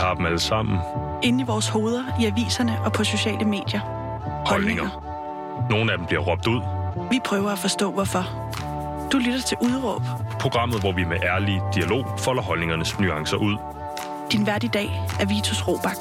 har dem alle sammen. Inde i vores hoveder, i aviserne og på sociale medier. Holdninger. Nogle af dem bliver råbt ud. Vi prøver at forstå, hvorfor. Du lytter til Udråb. Programmet, hvor vi med ærlig dialog folder holdningernes nuancer ud. Din vært i dag er Vitus Robak.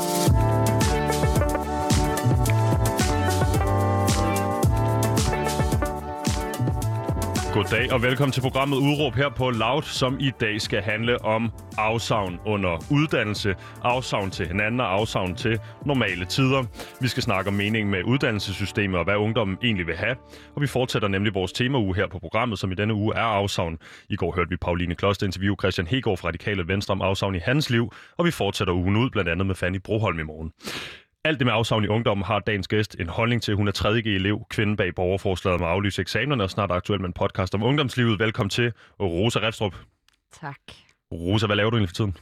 Goddag og velkommen til programmet Udråb her på Loud, som i dag skal handle om afsavn under uddannelse, afsavn til hinanden og afsavn til normale tider. Vi skal snakke om meningen med uddannelsessystemet og hvad ungdommen egentlig vil have. Og vi fortsætter nemlig vores temauge her på programmet, som i denne uge er afsavn. I går hørte vi Pauline Kloster interview Christian Hegård fra Radikale Venstre om afsavn i hans liv, og vi fortsætter ugen ud blandt andet med Fanny Broholm i morgen. Alt det med afsavn i ungdommen har dagens gæst en holdning til. Hun er 3.G-elev, kvinde bag borgerforslaget med at aflyse eksamenerne og snart aktuelt med en podcast om ungdomslivet. Velkommen til, Rosa Refstrup. Tak. Rosa, hvad laver du egentlig for tiden?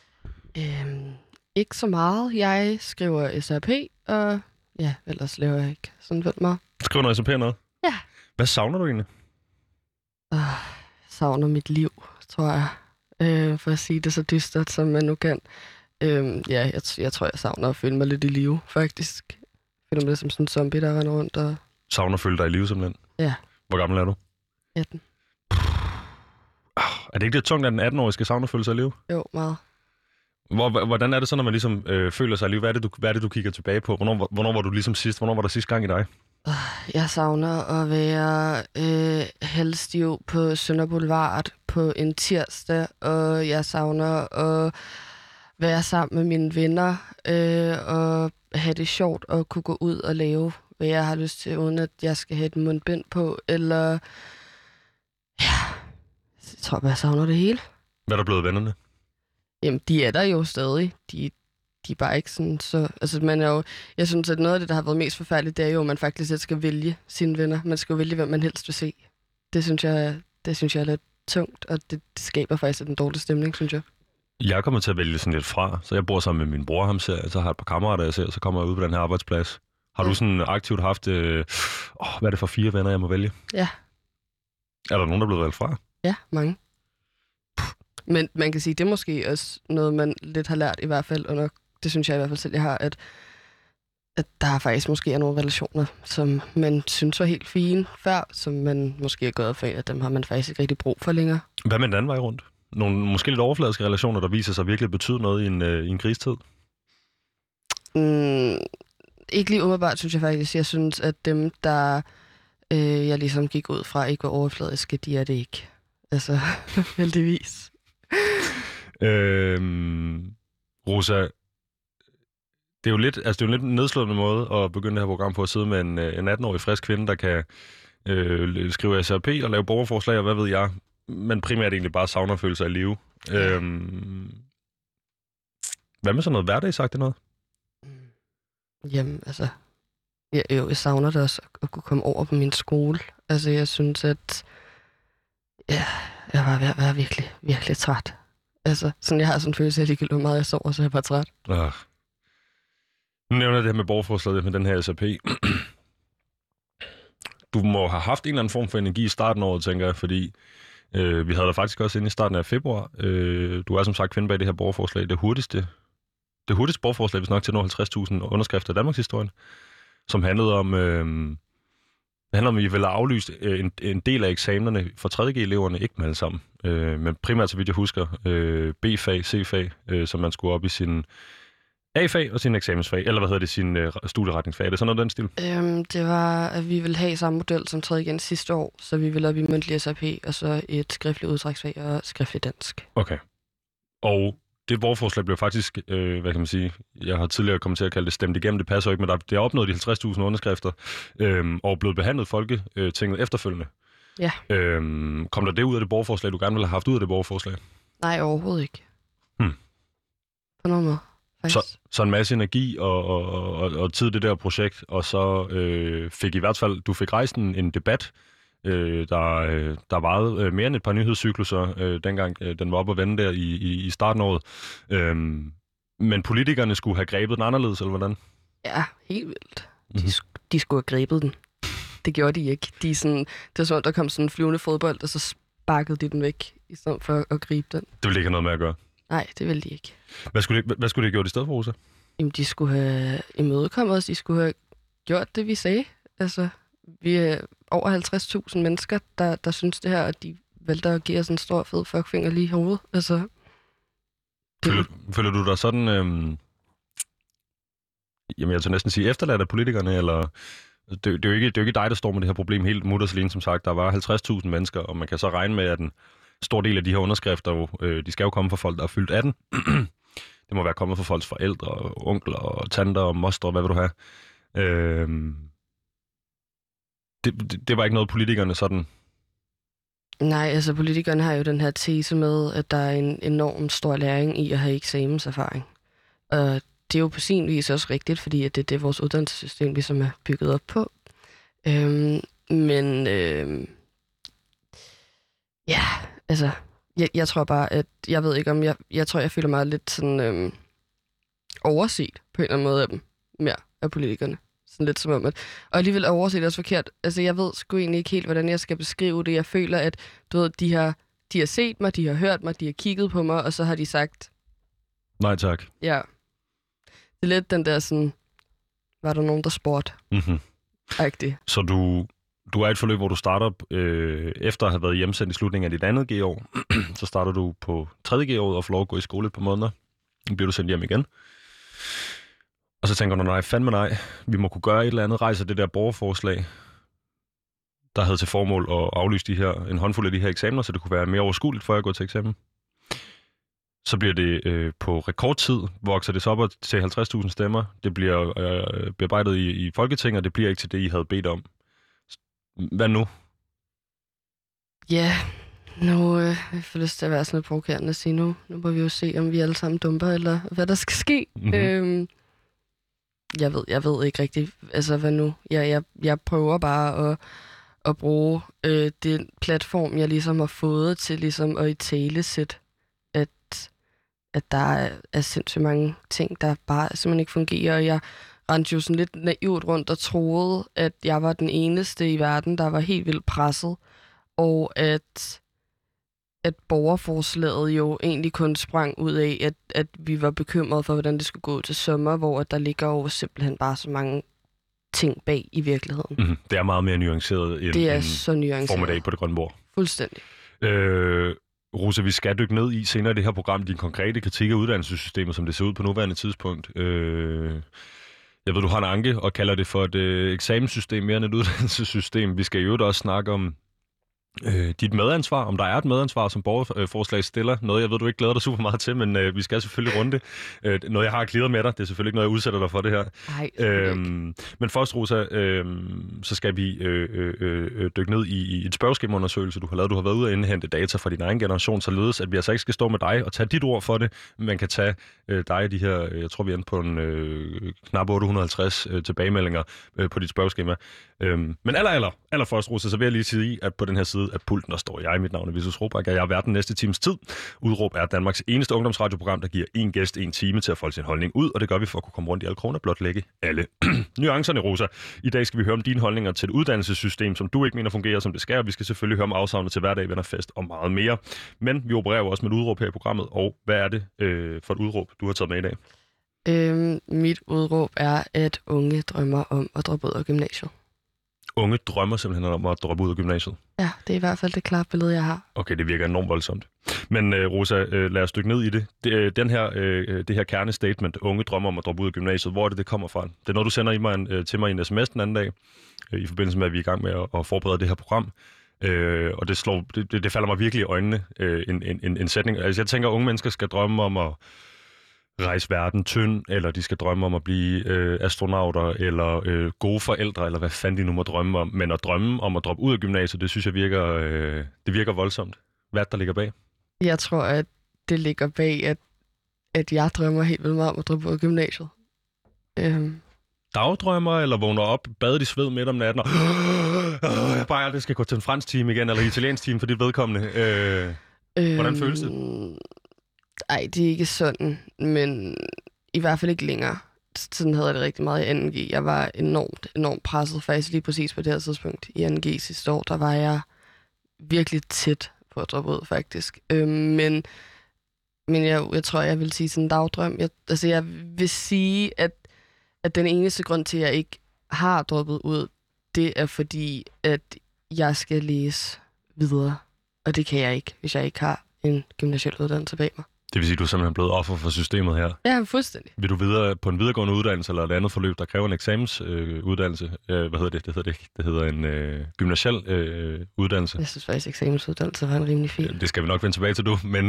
Ikke så meget. Jeg skriver SRP, og ja, ellers laver jeg ikke sådan vildt meget. Skriver noget SRP noget? Ja. Hvad savner du egentlig? Savner mit liv, tror jeg. For at sige det så dystert, som man nu kan. Jeg tror, jeg savner at føle mig lidt i live, faktisk. Jeg føler mig lidt som sådan en zombie, der render rundt. Og... Savner at føle dig i live, simpelthen? Ja. Hvor gammel er du? 18. Er det ikke lidt tungt, at en 18-årig skal savne at føle sig i live? Jo, meget. Hvordan er det så, når man ligesom føler sig i live? Hvad er det, du kigger tilbage på? Hvornår var du ligesom sidst? Hvornår var der sidste gang i dig? Jeg savner at være halvstiv på Sønder Boulevard på en tirsdag, og jeg savner at være sammen med mine venner og have det sjovt og kunne gå ud og lave, hvad jeg har lyst til, uden at jeg skal have et mundbind på, eller ja, jeg tror, jeg savner det hele. Hvad er der blevet vennerne? Jamen, de er der jo stadig. De er bare ikke sådan så... Altså, man er jo... Jeg synes, at noget af det, der har været mest forfærdeligt, det er jo, at man faktisk selv skal vælge sine venner. Man skal jo vælge, hvem man helst vil se. Det synes jeg er lidt tungt, og det skaber faktisk en dårlig stemning, synes jeg. Jeg kommer til at vælge sådan lidt fra, så jeg bor sammen med min bror, ham ser, så har jeg et par kammerater, jeg ser, så kommer jeg ud på den her arbejdsplads. Har du sådan aktivt haft, hvad er det for 4 venner, jeg må vælge? Ja. Er der nogen, der er blevet valgt fra? Ja, mange. Men man kan sige, det er måske også noget, man lidt har lært i hvert fald, og nok, det synes jeg i hvert fald selv, jeg har, at der faktisk måske er nogle relationer, som man synes var helt fine før, som man måske er gået for, at dem har man faktisk ikke rigtig brug for længere. Hvad med den anden vej rundt? Nogle måske lidt overfladiske relationer, der viser sig virkelig betyde noget i en krigstid? Ikke lige umiddelbart, synes jeg faktisk. Jeg synes, at dem, der jeg ligesom gik ud fra, ikke var overfladiske, de er det ikke. Altså, heldigvis. Rosa, det er jo lidt, en lidt nedslående måde at begynde det her program på at sidde med en 18-årig frisk kvinde, der kan skrive SRP og lave borgerforslag, og hvad ved jeg, men primært egentlig bare savner at føle sig i live. Hvad med sådan noget hverdagsagtigt noget? Jamen, altså, jeg savner det også at kunne komme over på min skole. Altså, jeg synes, at jeg var ved at være virkelig, virkelig træt. Altså, sådan, jeg har sådan en følelse af, at hvor meget jeg sover, så jeg er bare træt. Nu nævner det her med borgerforslaget med den her SRP. Du må have haft en eller anden form for energi i starten af året, tænker jeg, fordi vi havde der faktisk også inde i starten af februar. Du er som sagt kvinde bag det her borgerforslag. Det hurtigste borgerforslag, hvis nok til nå 50.000 underskrifter i Danmarks historien, som handlede om, at vi ville aflyse en del af eksamenerne for 3.G-eleverne, ikke med alle sammen, men primært, så vidt jeg husker, B-fag, C-fag, som man skulle op i sin A-fag og sin eksamensfag, eller sin studieretningsfag. Er det sådan noget den stil? Det var, at vi ville have samme model som 3.G'en sidste år, så vi ville op i mundtlig SRP, og så et skriftligt udtræksfag og skriftligt dansk. Okay. Og det borgerforslag blev faktisk, hvad kan man sige, jeg har tidligere kommet til at kalde det stemt igennem, det passer ikke, men det har opnået de 50.000 underskrifter, og blevet behandlet Folketinget efterfølgende. Ja. Kom der det ud af det borgerforslag, du gerne ville have haft ud af det borgerforslag? Nej, overhovedet ikke. På nogen måde. Så en masse energi og tid det der projekt, og så fik i hvert fald, du fik rejst en debat, der varede mere end et par nyhedscykluser, dengang den var oppe at vende der i starten af året. Men politikerne skulle have grebet den anderledes, eller hvordan? Ja, helt vildt. De skulle have grebet den. Det gjorde de ikke. Det var sådan, der kom sådan en flyvende fodbold, og så sparkede de den væk, i stedet for at gribe den. Det ville ikke have noget med at gøre? Nej, det ville de ikke. Hvad skulle de have gjort i stedet for, Rosa? Jamen, de skulle have imødekommet os. De skulle have gjort det, vi sagde. Altså, vi er over 50.000 mennesker, der synes det her, og de valgte at give os en stor fed fuckfinger lige i hovedet. Altså, Føler du dig sådan, jamen jeg tager næsten sige efterladt af politikerne, eller det er jo ikke dig, der står med det her problem helt mutterslin, som sagt. Der var 50.000 mennesker, og man kan så regne med, at en stor del af de her underskrifter, de skal jo komme fra folk, der er fyldt 18. Det må være kommet fra folks forældre, og onkler, og tanter, og mostre, hvad vil du have. Det var ikke noget, politikerne sådan... Nej, altså politikerne har jo den her tese med, at der er en enorm stor læring i at have eksamenserfaring. Og det er jo på sin vis også rigtigt, fordi at det er vores uddannelsessystem, ligesom er bygget op på. Ja, altså, jeg tror bare, at jeg ved ikke om, jeg tror, jeg føler mig lidt sådan overset på en eller anden måde af dem, mere af politikerne. Sådan lidt som om, at... Og alligevel er overset også forkert. Altså, jeg ved sgu egentlig ikke helt, hvordan jeg skal beskrive det. Jeg føler, at du ved, de har set mig, de har hørt mig, de har kigget på mig, og så har de sagt... Nej, tak. Ja. Det er lidt den der sådan... Var der nogen, der spurgte? Mm-hmm. Rigtigt. Så du er i et forløb, hvor du starter efter at have været hjemsendt i slutningen af dit andet G-år. Så starter du på 3. G-året og får lov at gå i skole et par måneder. Så bliver du sendt hjem igen. Og så tænker du, nej, fandme nej, vi må kunne gøre et eller andet, rejse det der borgerforslag, der havde til formål at aflyse en håndfuld af de her eksamener, så det kunne være mere overskueligt for at gå til eksamen. Så bliver det på rekordtid, vokser det så op til 50.000 stemmer. Det bliver bearbejdet i Folketinget, og det bliver ikke til det, I havde bedt om. Hvad nu? Ja, nu jeg får lyst til at være sådan lidt provokerende at sige nu. Nu må vi jo se, om vi alle sammen dumper, eller hvad der skal ske. Mm-hmm. Jeg ved ikke rigtigt, altså hvad nu. Jeg prøver bare at bruge den platform, jeg ligesom har fået til ligesom at italesætte, at der er sindssygt mange ting, der bare simpelthen ikke fungerer. Og jeg rendte jo sådan lidt naivt rundt og troede, at jeg var den eneste i verden, der var helt vildt presset. Og at borgerforslaget jo egentlig kun sprang ud af, at vi var bekymrede for, hvordan det skulle gå til sommer, hvor der ligger jo simpelthen bare så mange ting bag i virkeligheden. Mm-hmm. Det er meget mere nuanceret end formiddag på det grønne bord. Fuldstændig. Rosa, vi skal dykke ned i senere i det her program din konkrete kritik af uddannelsessystemet, som det ser ud på nuværende tidspunkt. Jeg ved, du har en anke og kalder det for et eksamenssystem mere end et uddannelsessystem. Vi skal jo også snakke om dit medansvar, om der er et medansvar som borgerforslag stiller. Noget, jeg ved, du ikke glæder dig super meget til, men vi skal selvfølgelig runde det. Noget, jeg har glædet med dig. Det er selvfølgelig ikke noget, jeg udsætter dig for det her. Nej, men først, Rosa, så skal vi dykke ned i et spørgeskemaundersøgelse, du har lavet. Du har været ude og indhente data fra din egen generation, således at vi altså ikke skal stå med dig og tage dit ord for det. Man kan tage dig de her, jeg tror, vi er inde på en knap 850 tilbagemeldinger på dit spørgeskema. Men allerførst, Rosa, så vil jeg lige sige, at på den her side af pulten, der står jeg. Mit navn er Vitus Robak, og jeg er vært den næste times tid. Udråb er Danmarks eneste ungdomsradioprogram, der giver en gæst 1 time til at folde sin holdning ud, og det gør vi for at kunne komme rundt i alle kroner, blot lægge alle nuancerne, Rosa. I dag skal vi høre om dine holdninger til et uddannelsessystem, som du ikke mener fungerer, som det skal, og vi skal selvfølgelig høre om afsavnet til hverdag, venner, fest og meget mere. Men vi opererer jo også med et udråb her i programmet, og hvad er det for et udråb, du har taget med i dag? Mit udråb er, at unge drømmer om at droppe ud af gymnasiet. Unge drømmer simpelthen om at droppe ud af gymnasiet? Ja, det er i hvert fald det klare billede, jeg har. Okay, det virker enormt voldsomt. Men Rosa, lad os dykke ned i det. Det her kernestatement, unge drømmer om at droppe ud af gymnasiet, hvor er det kommer fra? Det er noget, du sender til mig i en sms den anden dag, i forbindelse med, at vi er i gang med at forberede det her program. Og det falder mig virkelig i øjnene, en sætning. Altså, jeg tænker, at unge mennesker skal drømme om at rejse verden tynd, eller de skal drømme om at blive astronauter, eller gode forældre, eller hvad fanden de nu må drømme om. Men at drømme om at droppe ud af gymnasiet, det synes jeg virker voldsomt. Hvad er det, der ligger bag? Jeg tror, at det ligger bag, at jeg drømmer helt vildt meget om at droppe ud af gymnasiet. Dagdrømmer, eller vågner op, badet i sved midt om natten, og jeg bare aldrig skal gå til en fransk time igen, eller italiensk time for dit vedkommende. Hvordan føles det? Ej, det er ikke sådan, men i hvert fald ikke længere. Sådan havde jeg det rigtig meget i 2G. Jeg var enormt presset faktisk lige præcis på det her tidspunkt. I 2G sidste år, der var jeg virkelig tæt på at droppe ud faktisk. Men Men jeg tror, jeg vil sige sådan en dagdrøm. Jeg vil sige, at den eneste grund til, at jeg ikke har droppet ud, det er fordi, at jeg skal læse videre. Og det kan jeg ikke, hvis jeg ikke har en gymnasial uddannelse bag mig. Det vil sige, at du er simpelthen blevet offer for systemet her? Ja, fuldstændig. Vil du videre på en videregående uddannelse eller et andet forløb, der kræver en eksamensuddannelse? Hvad hedder det? Det hedder en gymnasial uddannelse. Jeg synes faktisk, at eksamensuddannelse var en rimelig fin. Det skal vi nok vende tilbage til, men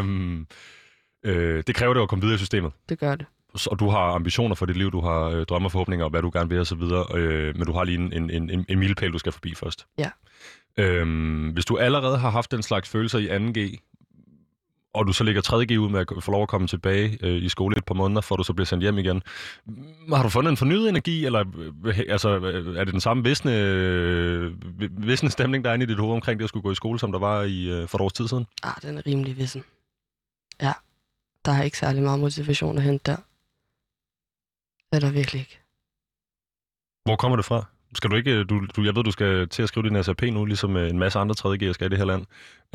det kræver det at komme videre i systemet. Det gør det. Og du har ambitioner for dit liv, du har drømme og forhåbninger, og hvad du gerne vil og så videre, men du har lige en milepæl, du skal forbi først. Ja. Hvis du allerede har haft den slags følelser i 2G, og du så ligger 3G ud med at få lov at komme tilbage i skole et par måneder, for du så bliver sendt hjem igen. Har du fundet en fornyet energi, eller altså, er det den samme visne stemning, der er inde i dit hoved omkring det at skulle gå i skole, som der var for et års tid siden? Den er rimelig vissen. Ja, der er ikke særlig meget motivation at hente der. Det er der virkelig ikke. Hvor kommer det fra? Skal du ikke, jeg ved, du skal til at skrive din SRP nu, ligesom en masse andre 3G'er skal i det her land.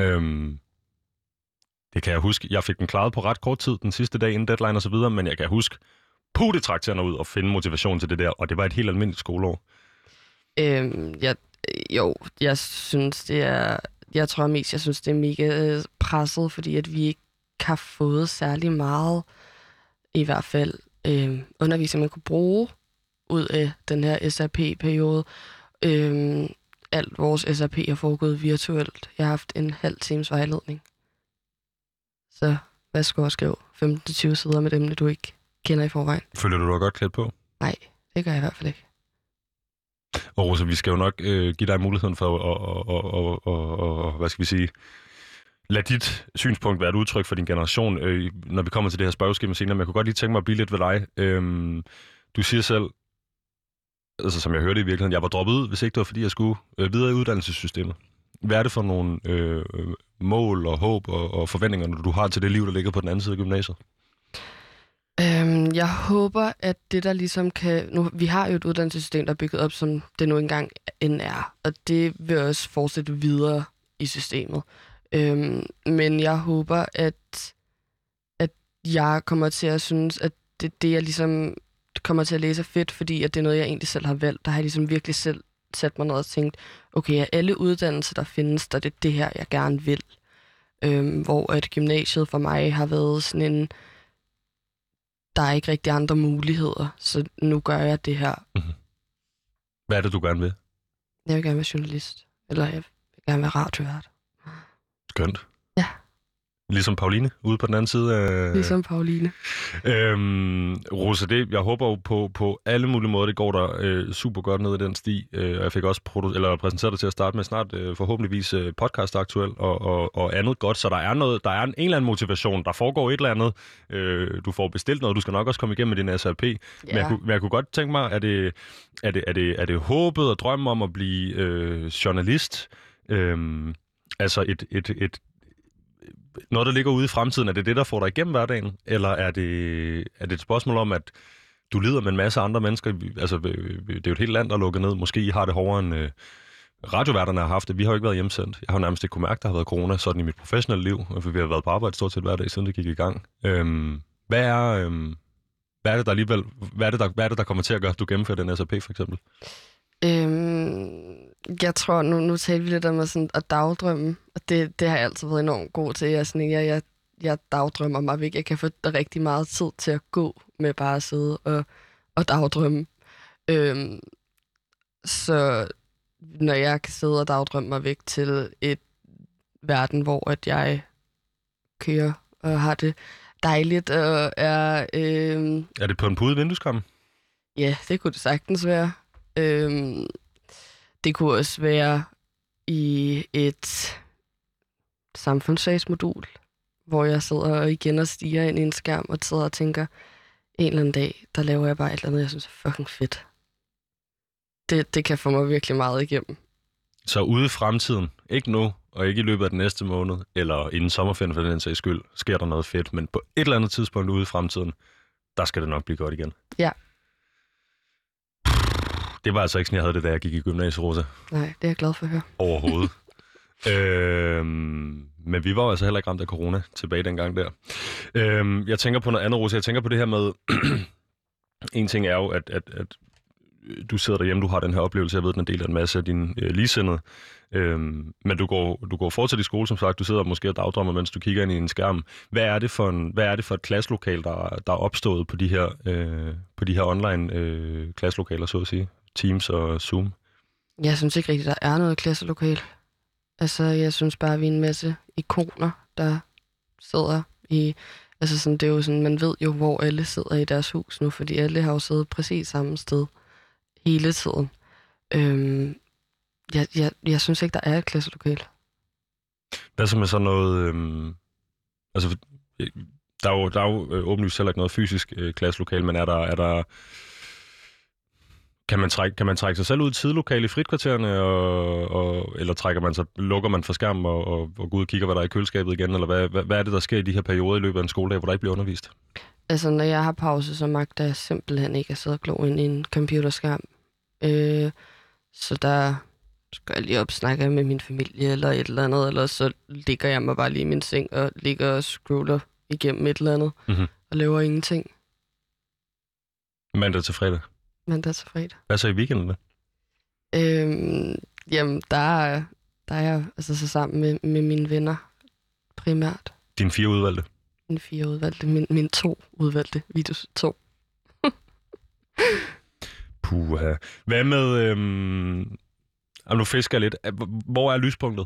Det kan jeg huske. Jeg fik den klaret på ret kort tid, den sidste dag inden deadline og så videre, men jeg kan huske, det trak til ud og finde motivation til det der, og det var et helt almindeligt skoleår. Jeg synes, det er... Jeg tror mest, jeg synes, det er mega presset, fordi at vi ikke har fået særlig meget, i hvert fald undervisning, man kunne bruge ud af den her SRP-periode. Alt vores SRP har foregået virtuelt. Jeg har haft en halv times vejledning. Så hvad skal jeg skrive? 15-20 sider med dem, du ikke kender i forvejen. Føler du dig godt klædt på? Nej, det gør jeg i hvert fald ikke. Og Rosa, vi skal jo nok give dig muligheden for at hvad skal vi sige, lad dit synspunkt være et udtryk for din generation, når vi kommer til det her spørgeskema senere, men jeg kunne godt lige tænke mig at blive lidt ved dig. Du siger selv, altså som jeg hørte i virkeligheden, jeg var droppet ud, hvis ikke det var fordi, jeg skulle videre i uddannelsessystemet. Hvad er det for nogle mål og håb og forventninger, du har til det liv, der ligger på den anden side af gymnasiet? Jeg håber, at det der ligesom kan... Nu, vi har jo et uddannelsessystem, der er bygget op, som det nu engang end er. Og det vil også fortsætte videre i systemet. Men jeg håber, at jeg kommer til at synes, at det jeg ligesom kommer til at læse er fedt, fordi at det er noget, jeg egentlig selv har valgt. Der har jeg ligesom virkelig selv sat mig ned og tænkt, okay, alle uddannelser, der findes, der det er det her, jeg gerne vil. Hvor at gymnasiet for mig har været sådan en... Der er ikke rigtig andre muligheder, så nu gør jeg det her. Mm-hmm. Hvad er det, du gerne vil? Jeg vil gerne være journalist, eller jeg vil gerne være radiovært. Skønt. Ja. Ligesom Pauline, ude på den anden side af... Ligesom Pauline. Rosa, jeg håber jo på alle mulige måder, det går der super godt ned i den sti. Og jeg fik også præsenteret dig til at starte med snart forhåbentligvis podcast aktuelt og andet godt. Så der er en eller anden motivation. Der foregår et eller andet. Du får bestilt noget. Du skal nok også komme igennem med din SRP. Ja. Men jeg kunne godt tænke mig, er det håbet og drømmen om at blive journalist? Altså et noget, der ligger ude i fremtiden, er det det, der får dig igennem hverdagen? Eller er det et spørgsmål om, at du lider med en masse andre mennesker? Altså, det er jo et helt land, der er lukket ned. Måske I har det hårdere end radioværterne har haft det. Vi har jo ikke været hjemsendt. Jeg har jo nærmest ikke kunne mærke, der har været corona sådan i mit professionelle liv, for vi har været på arbejde stort set hver dag, siden det gik i gang. Hvad er det, der kommer til at gøre, at du gennemfører den SRP, for eksempel? Jeg tror, nu taler vi lidt om at dagdrømme, og det har jeg altid været enormt god til. Jeg dagdrømmer mig væk. Jeg kan få rigtig meget tid til at gå med bare at sidde og dagdrømme. Så når jeg kan sidde og dagdrømme mig væk til et verden, hvor at jeg kører og har det dejligt og er... Er det på en pude vindueskarm? Ja, det kunne det sagtens være. Det kunne også være i et samfundsfagsmodul, hvor jeg sidder igen og stiger ind i en skærm og sidder og tænker, en eller anden dag, der laver jeg bare et eller andet, jeg synes er fucking fedt. Det kan få mig virkelig meget igennem. Så ude i fremtiden, ikke nu, og ikke i løbet af den næste måned, eller inden sommerferien for den sags skyld, sker der noget fedt, men på et eller andet tidspunkt ude i fremtiden, der skal det nok blive godt igen. Ja. Det var altså ikke sådan, jeg havde det, da jeg gik i gymnasiet, Rosa. Nej, det er jeg glad for at høre. Overhovedet. Men vi var jo altså heller ikke ramt af corona tilbage dengang der. Jeg tænker på noget andet, Rosa. Jeg tænker på det her med... En ting er jo, at du sidder derhjemme, du har den her oplevelse, jeg ved, den er del af en masse af dine ligesindede. Men du går fortsat i skole, som sagt. Du sidder måske og dagdrømmer, mens du kigger ind i en skærm. Hvad er det for et klasselokal, der er opstået på de her online klasselokaler, så at sige? Teams og Zoom? Jeg synes ikke rigtigt, der er noget klasselokal. Altså, jeg synes bare, at vi er en masse ikoner, der sidder i... Altså, sådan, det er jo sådan, man ved jo, hvor alle sidder i deres hus nu, fordi alle har jo siddet præcis samme sted hele tiden. Jeg synes ikke, der er et klasselokal. Hvad så med sådan noget... altså, der er jo åbenlyst heller ikke noget fysisk klasselokal, men er der kan man trække sig selv ud i tidlokale i fritkvartererne, eller lukker man for skærmen og går ud og kigger, hvad der er i køleskabet igen, eller hvad er det, der sker i de her perioder i løbet af en skoledag, hvor der ikke bliver undervist? Altså, når jeg har pause, så magter jeg simpelthen ikke at sidde og glo ind i en computerskærm. Så der skal jeg lige op snakke med min familie eller et eller andet, eller så ligger jeg mig bare lige i min seng og ligger og scroller igennem et eller andet, og laver ingenting. Mandag til fredag? Mandag til fredag. Hvad så i weekenden? Jamen, der er jeg altså så sammen med mine venner primært. Dine 4 udvalgte? Mine 4 udvalgte. Mine 2 udvalgte. Videos 2. Puha. Hvad med... nu fisker jeg lidt. Hvor er lyspunktet?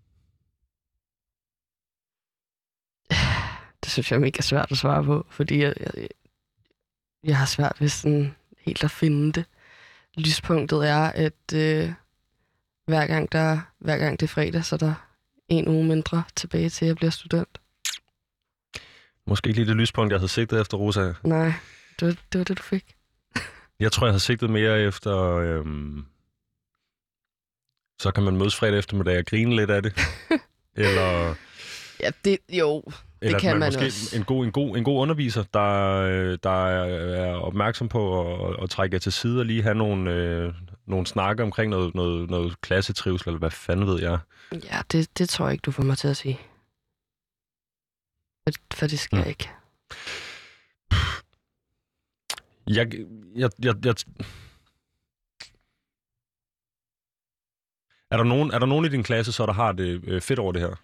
Det synes jeg er mega svært at svare på, fordi jeg har svært ved sådan helt at finde det. Lyspunktet er, at hver gang det er fredag, så er der en uge mindre tilbage til, at jeg bliver student. Måske ikke lige det lyspunkt, jeg havde sigtet efter, Rosa. Nej, det var det, du fik. Jeg tror, jeg havde sigtet mere efter... så kan man mødes fredag eftermiddag og grine lidt af det. Eller... Ja, det kan man måske også. En god underviser, der er opmærksom på at trække jer til side og lige have nogle snakke omkring noget klassetrivsel, eller hvad fanden ved jeg. Ja, det tror jeg ikke, du får mig til at sige. For det skal jeg ikke. Er der nogen i din klasse, så der har det fedt over det her?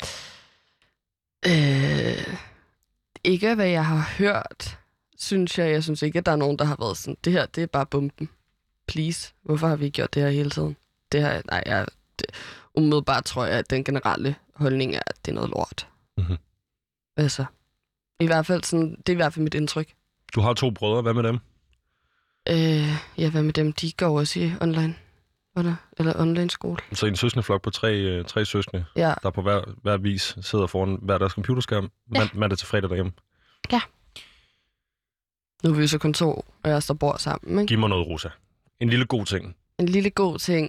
Ikke hvad jeg har hørt, synes jeg. Jeg synes ikke, at der er nogen, der har været sådan, det her, det er bare bomben. Please. Hvorfor har vi gjort det her hele tiden? Umiddelbart tror jeg, at den generelle holdning er, at det er noget lort. Mm-hmm. Altså, i hvert fald sådan, det er i hvert fald mit indtryk. Du har 2 brødre, hvad med dem? Ja, hvad med dem? De går også i online. Eller online skole. Så en søskendeflok på 3 søskende, ja, der på hver vis sidder foran hver deres computerskærm, mandag til fredag derhjemme. Ja. Nu er vi så kun 2, og jeg står bor sammen, ikke? Giv mig noget, Rosa. En lille god ting. En lille god ting.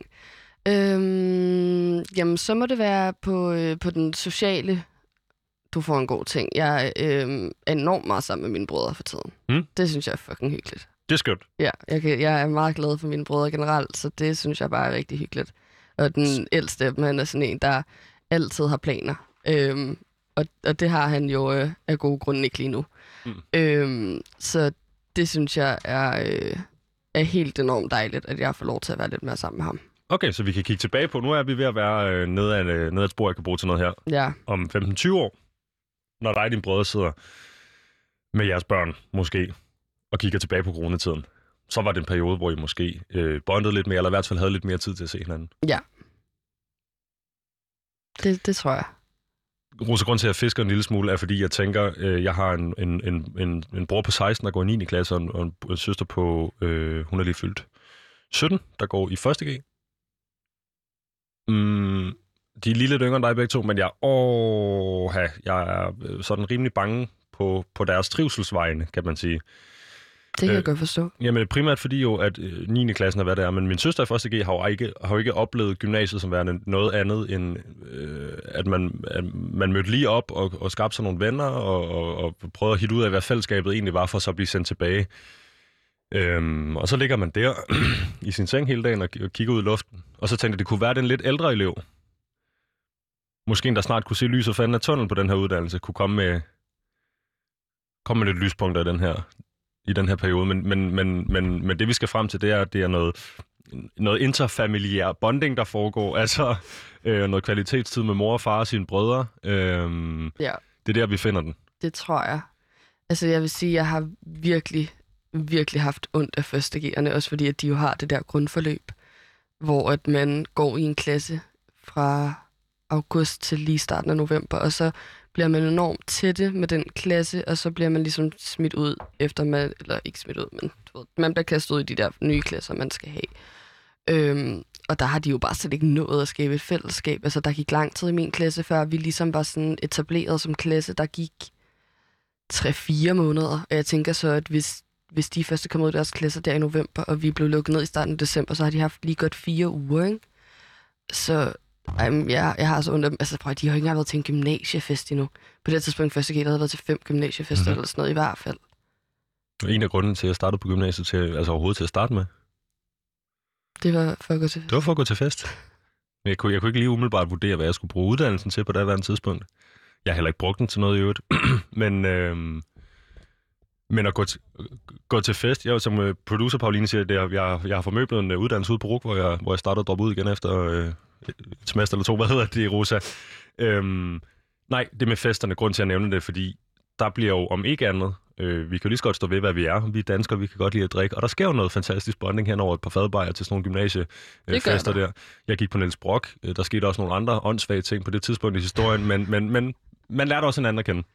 Jamen, så må det være på den sociale, du får en god ting. Jeg er enormt meget sammen med mine brødre for tiden. Det synes jeg er fucking hyggeligt. Det er skønt. Ja, jeg er meget glad for mine brødre generelt, så det synes jeg bare er rigtig hyggeligt. Og den ældste af dem, han er sådan en, der altid har planer. Og det har han jo af gode grunde ikke lige nu. Så det synes jeg er helt enormt dejligt, at jeg får lov til at være lidt mere sammen med ham. Okay, så vi kan kigge tilbage på, nu er vi ved at være nede af et spor, jeg kan bruge til noget her. Ja. Om 15-20 år, når dig og dine brødre sidder med jeres børn, måske, og kigger tilbage på coronatiden, så var det en periode, hvor I måske bondede lidt mere, eller i hvert fald havde lidt mere tid til at se hinanden. Ja. Det tror jeg. Rosa, grund til, at jeg fisker en lille smule, er fordi, jeg tænker, jeg har en bror på 16, der går i 9. klasse, og en søster på, hun er lige fyldt 17, der går i 1. G. De er lige lidt yngre end dig begge to, men jeg er sådan rimelig bange på deres trivselsvegne, kan man sige. Det kan jeg godt forstå. Jamen primært fordi jo, at 9. klassen er, hvad det er, men min søster i 1. G har jo ikke oplevet gymnasiet som værende noget andet, end at man mødte lige op og skabte sig nogle venner, og prøvede at hitte ud af, hvad fællesskabet egentlig var, for så at blive sendt tilbage. Og så ligger man der i sin seng hele dagen og kigger ud i luften. Og så tænkte jeg, det kunne være den lidt ældre elev, måske en, der snart kunne se lys og fanden af tunnel på den her uddannelse, kunne komme med lidt lyspunkter i den her periode. Men det, vi skal frem til, det er noget interfamiliær bonding, der foregår. Altså noget kvalitetstid med mor og far og sine brødre. Ja. Det er der, vi finder den. Det tror jeg. Altså, jeg vil sige, at jeg har virkelig, virkelig haft ondt af førstegerne, også fordi, at de jo har det der grundforløb, hvor at man går i en klasse fra august til lige starten af november, og så bliver man enormt tætte med den klasse, og så bliver man ligesom smidt ud, efter man, eller ikke smidt ud, men du ved, man bliver kastet ud i de der nye klasser, man skal have. Og der har de jo bare slet ikke nået at skabe et fællesskab. Altså, der gik lang tid i min klasse, før vi ligesom var sådan etableret som klasse. Der gik 3-4 måneder, og jeg tænker så, at hvis de først kom ud af deres klasser der i november, og vi blev lukket ned i starten af december, så har de haft lige godt 4 uger, ikke? Så jeg har så ondt af dem. Altså, prøv, de har ikke engang været til en gymnasiefest endnu. På det tidspunkt første gang, der havde været til 5 gymnasiefester, eller sådan noget i hvert fald. En af grunden til, at jeg startede på gymnasiet, altså overhovedet til at starte med. Det var for at gå til fest. Det var for at gå til fest. Men jeg kunne ikke lige umiddelbart vurdere, hvad jeg skulle bruge uddannelsen til på det her tidspunkt. Jeg har heller ikke brugt den til noget i øvrigt. Men at gå til fest, jeg som producer Pauline siger, jeg har formøblet en uddannelse ude på RUC, hvor jeg startede at droppe ud igen efter et semester eller 2. Hvad hedder det, Rosa? Nej, det med festerne, grund til at nævne det, fordi der bliver jo om ikke andet. Vi kan jo lige så godt stå ved, hvad vi er. Vi er danskere, vi kan godt lide at drikke. Og der sker jo noget fantastisk bonding hen over et par fadbajer til sådan nogle gymnasiefester der. Jeg gik på Niels Brock. Der skete også nogle andre åndssvage ting på det tidspunkt i historien, men man lærte også hinanden at kende.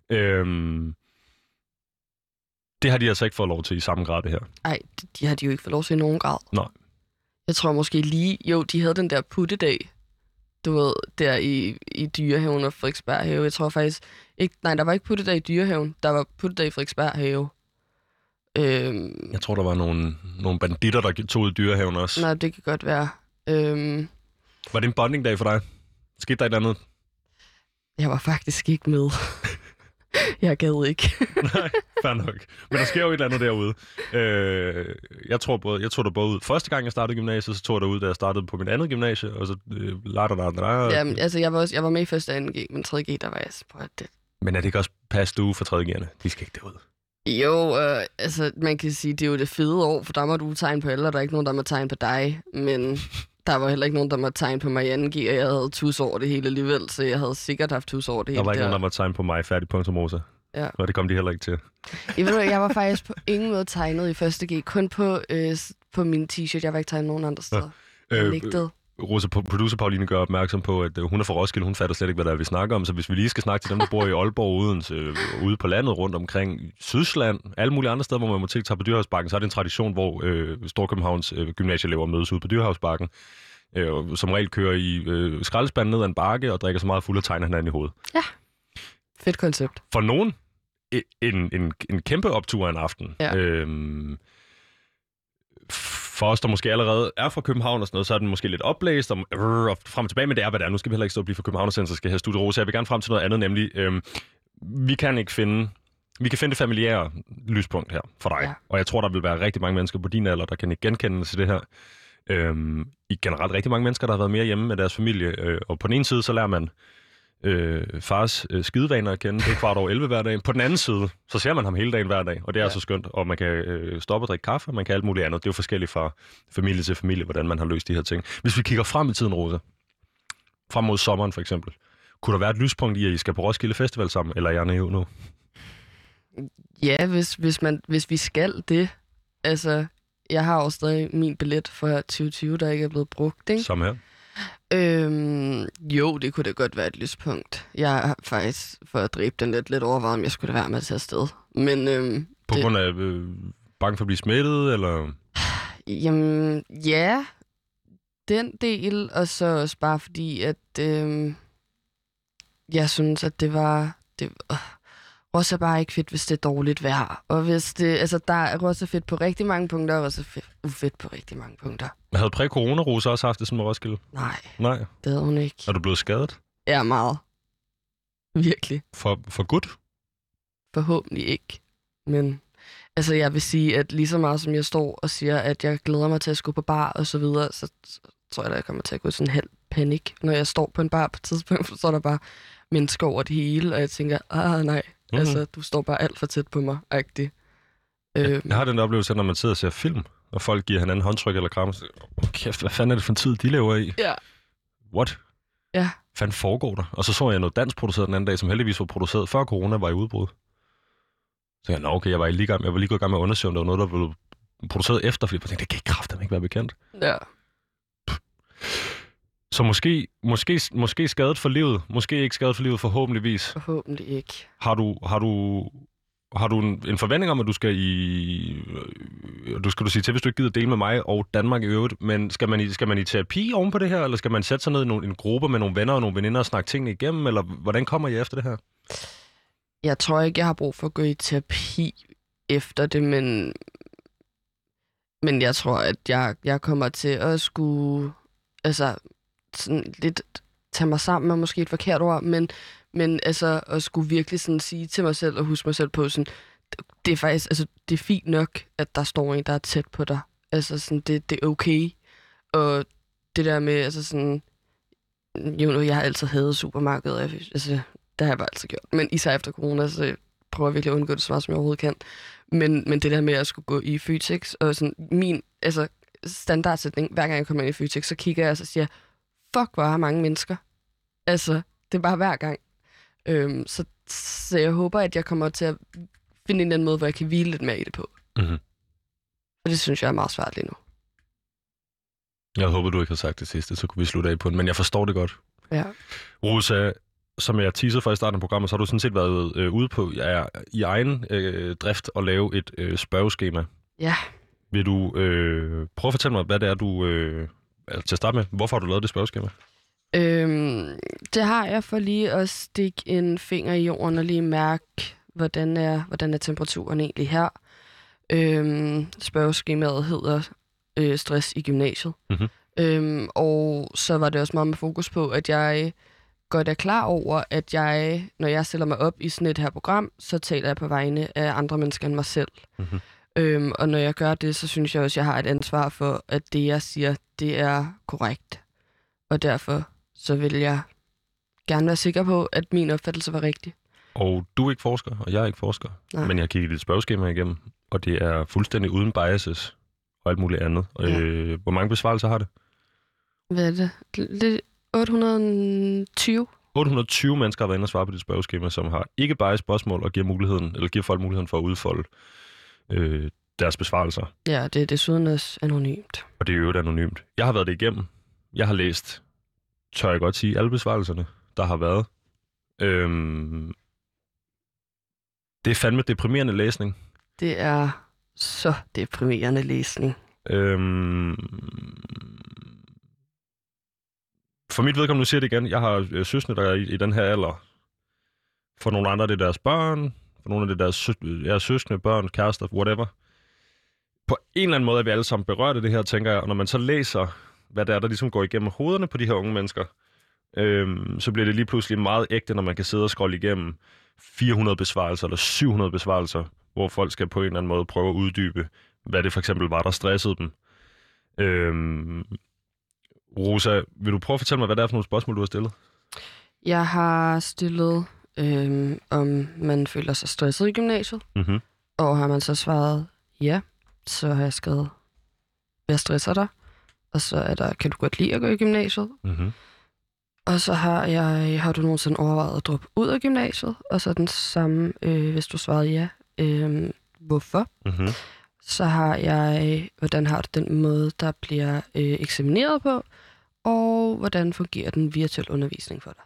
Det har de altså ikke fået lov til i samme grad, det her. Nej, de har de jo ikke fået lov til i nogen grad. Nej. Jeg tror måske lige... Jo, de havde den der puttedag, du ved, der i Dyrehaven og Frederiksberg Have. Jeg tror faktisk ikke... Nej, der var ikke puttedag i Dyrehaven. Der var puttedag i Frederiksberg Have. Jeg tror, der var nogle banditter, der tog ud i Dyrehaven også. Nej, det kan godt være. Var det en bondingdag for dig? Skete der et andet? Jeg var faktisk ikke med. Jeg gad ikke. Nej, fair nok. Men der sker jo et eller andet derude. Jeg tog der både ud. Første gang, jeg startede gymnasiet, så tog jeg derud, da jeg startede på mit andet gymnasie, og så Jamen, altså, jeg var med i første og 2G, men 3G, der var jeg på det. Men er det ikke også passe du for 3G'erne? De skal ikke derud. Jo, altså, man kan sige, det er jo det fede år, for der må du tegne på alle, og der er ikke nogen, der må tegne på dig, men der var heller ikke nogen, der måtte tegne på Marianne G, og jeg havde tus over det hele alligevel, så jeg havde sikkert haft tus over det hele. Der var ikke nogen, der måtte tegne på mig, færdig.rosa. Ja. Og det kom de heller ikke til. Jeg var faktisk på ingen måde tegnet i første G, kun på min t-shirt. Jeg var ikke tegnet nogen andre steder. Rosa, producer Pauline gør opmærksom på, at hun er fra Roskilde, hun fatter slet ikke, hvad der er, vi snakker om. Så hvis vi lige skal snakke til dem, der bor i Aalborg, ude på landet, rundt omkring Sydsland, alle mulige andre steder, hvor man må tage på Dyrehavsbakken, så er det en tradition, hvor Storkøbenhavns gymnasieelever mødes ude på Dyrehavsbakken, som regel kører i skraldespanden ned ad en bakke og drikker så meget fuld og tegner hinanden i hovedet. Ja, fedt koncept. For nogen, en kæmpe optur en aften. Ja. For os, der måske allerede er fra København og sådan noget, så er den måske lidt opblæst og frem og tilbage, men det er, hvad det er. Nu skal vi heller ikke stå og blive fra København, så skal have Studio Rosa. Jeg vil gerne frem til noget andet, nemlig, vi kan finde det familiære lyspunkt her for dig. Ja. Og jeg tror, der vil være rigtig mange mennesker på din alder, der kan ikke genkende til det her. I generelt rigtig mange mennesker, der har været mere hjemme med deres familie. Og på den ene side, så lærer man fars skidevaner at kende. Det er 11:15 hver dag. På den anden side, så ser man ham hele dagen hver dag, og det er så skønt. Og man kan stoppe og drikke kaffe, og man kan alt muligt andet. Det er jo forskelligt fra familie til familie, hvordan man har løst de her ting. Hvis vi kigger frem i tiden, Rosa, frem mod sommeren for eksempel, kunne der være et lyspunkt i, at I skal på Roskilde Festival sammen, eller er jeg naiv nu? Ja, hvis vi skal det. Altså, jeg har også stadig min billet for 2020, der ikke er blevet brugt, ikke? Som her? Jo, det kunne da godt være et lyspunkt. Jeg har faktisk, for at dræbe den lidt overvejet, om jeg skulle da være med at tage afsted. Men, på grund af bange for at blive smittet, eller? Jamen, ja. Den del, og så også bare fordi, at jeg synes, at det var... Også bare ikke fedt, hvis det er dårligt vejr. Og hvis det... Altså, der er også fedt på rigtig mange punkter, og også ufedt på rigtig mange punkter. Men havde præ-corona-Rosa også haft det som med Roskilde? Nej, det havde hun ikke. Er du blevet skadet? Ja, meget. Virkelig. For godt? Forhåbentlig ikke. Men altså, jeg vil sige, at lige så meget som jeg står og siger, at jeg glæder mig til at gå på bar og så videre, så tror jeg, at jeg kommer til at gå sådan en halv panik, når jeg står på en bar på et tidspunkt, så er der bare mennesker over det hele, og jeg tænker, nej, altså, du står bare alt for tæt på mig, agtigt. Jeg har den der oplevelse, når man sidder og ser film, og folk giver hinanden håndtryk eller kram, så kæft, hvad fanden er det for en tid, de lever i? Ja. What? Ja. Hvad fanden foregår der? Og så jeg noget dansk produceret den anden dag, som heldigvis var produceret før corona var i udbrud. Så jeg okay, jeg var lige gået i gang med at undersøge, om der var noget, der blev produceret efter, fordi jeg tænkte, det kan kraftedeme ikke være bekendt. Ja. Så måske skadet for livet, måske ikke skadet for livet, forhåbentligvis. Forhåbentlig ikke. Har du en forventning om, at du skal du sige til, hvis du ikke gider dele med mig og Danmark i øvrigt, men skal man i terapi oven på det her, eller skal man sætte sig ned i en gruppe med nogle venner og nogle veninder og snakke tingene igennem, eller hvordan kommer I efter det her? Jeg tror ikke, jeg har brug for at gå i terapi efter det, men jeg tror, at jeg kommer til at skulle sådan lidt tage mig sammen, er måske et forkert ord, men altså at skulle virkelig sådan sige til mig selv og huske mig selv på sådan, det er faktisk, altså det er fint nok, at der står en, der er tæt på dig. Altså sådan, det er okay. Og det der med, altså sådan, jeg har altid hadet supermarkedet, altså det har jeg bare altid gjort. Men især efter corona, så prøver jeg virkelig at undgå det så meget, som jeg overhovedet kan. Men det der med at skulle gå i Føtex, og sådan min standardsætning, hver gang jeg kommer ind i Føtex, så kigger jeg og så siger, fuck, hvor er mange mennesker. Altså, det er bare hver gang. Så jeg håber, at jeg kommer til at finde en eller anden måde, hvor jeg kan hvile lidt mere i det på. Mm-hmm. Og det synes jeg er meget svært lige nu. Jeg håber, du ikke har sagt det sidste, så kunne vi slutte af på den, men jeg forstår det godt. Ja. Rosa, som jeg teasede for i starten af programmet, så har du sådan set været ude på i egen drift at lave et spørgeskema. Ja. Vil du prøve at fortælle mig, hvad det er, du... til at starte med, hvorfor har du lavet det spørgeskema? Det har jeg for lige at stikke en finger i jorden og lige mærke, hvordan er temperaturen egentlig her. Spørgeskemaet hedder stress i gymnasiet. Mm-hmm. Og så var det også meget med fokus på, at jeg godt er klar over, at når jeg stiller mig op i sådan et her program, så taler jeg på vegne af andre mennesker end mig selv. Mm-hmm. Og når jeg gør det, så synes jeg også, at jeg har et ansvar for, at det, jeg siger, det er korrekt. Og derfor så vil jeg gerne være sikker på, at min opfattelse var rigtig. Og du er ikke forsker, og jeg er ikke forsker. Nej. Men jeg har kigget dit spørgeskema igennem, og det er fuldstændig uden biases og alt muligt andet. Ja. Hvor mange besvarelser har det? Hvad er det? Lidt 820. 820 mennesker har været inde og svare på dit spørgeskema, som har ikke bias spørgsmål og giver folk muligheden for at udfolde deres besvarelser. Ja, det er desuden også anonymt. Og det er jo anonymt. Jeg har været det igennem. Jeg har læst, tør jeg godt sige, alle besvarelserne, der har været. Det er fandme deprimerende læsning. Det er så deprimerende læsning. For mit vedkommende, nu siger det igen, jeg har søskende, der er i den her alder. For nogle andre, det er deres børn. For nogle af det deres søskende, børn, kærester, whatever. På en eller anden måde er vi alle sammen berørt af det her, tænker jeg. Og når man så læser, hvad det er, der ligesom går igennem hovederne på de her unge mennesker, så bliver det lige pludselig meget ægte, når man kan sidde og scrolle igennem 400 besvarelser eller 700 besvarelser, hvor folk skal på en eller anden måde prøve at uddybe, hvad det for eksempel var, der stressede dem. Rosa, vil du prøve at fortælle mig, hvad det er for nogle spørgsmål, du har stillet? Jeg har stillet, om man føler sig stresset i gymnasiet. Mm-hmm. Og har man så svaret ja, så har jeg skrevet, hvad stresser dig? Og så er der, kan du godt lide at gå i gymnasiet? Mm-hmm. Og så har du nogensinde overvejet at droppe ud af gymnasiet? Og så den samme, hvis du svarede ja, hvorfor? Mm-hmm. Så har jeg, hvordan har du den måde, der bliver eksamineret på? Og hvordan fungerer den virtuelle undervisning for dig?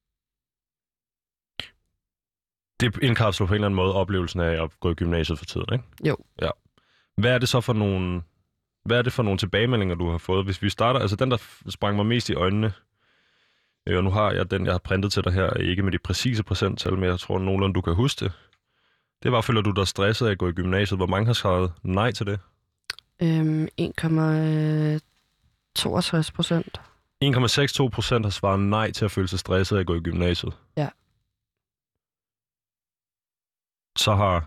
Det indkapsler på en eller anden måde oplevelsen af at gå i gymnasiet for tiden, ikke? Jo. Ja. Hvad er det så for nogle tilbagemeldinger, du har fået? Hvis vi starter, altså den, der sprang mig mest i øjnene, og nu har jeg den, jeg har printet til dig her, ikke med de præcise procenttal, men jeg tror nogenlunde, du kan huske det. Det var, føler du dig stresset af at gå i gymnasiet? Hvor mange har skrevet nej til det? 1,62%. 1,62% har svaret nej til at føle sig stresset af at gå i gymnasiet. Ja. Så har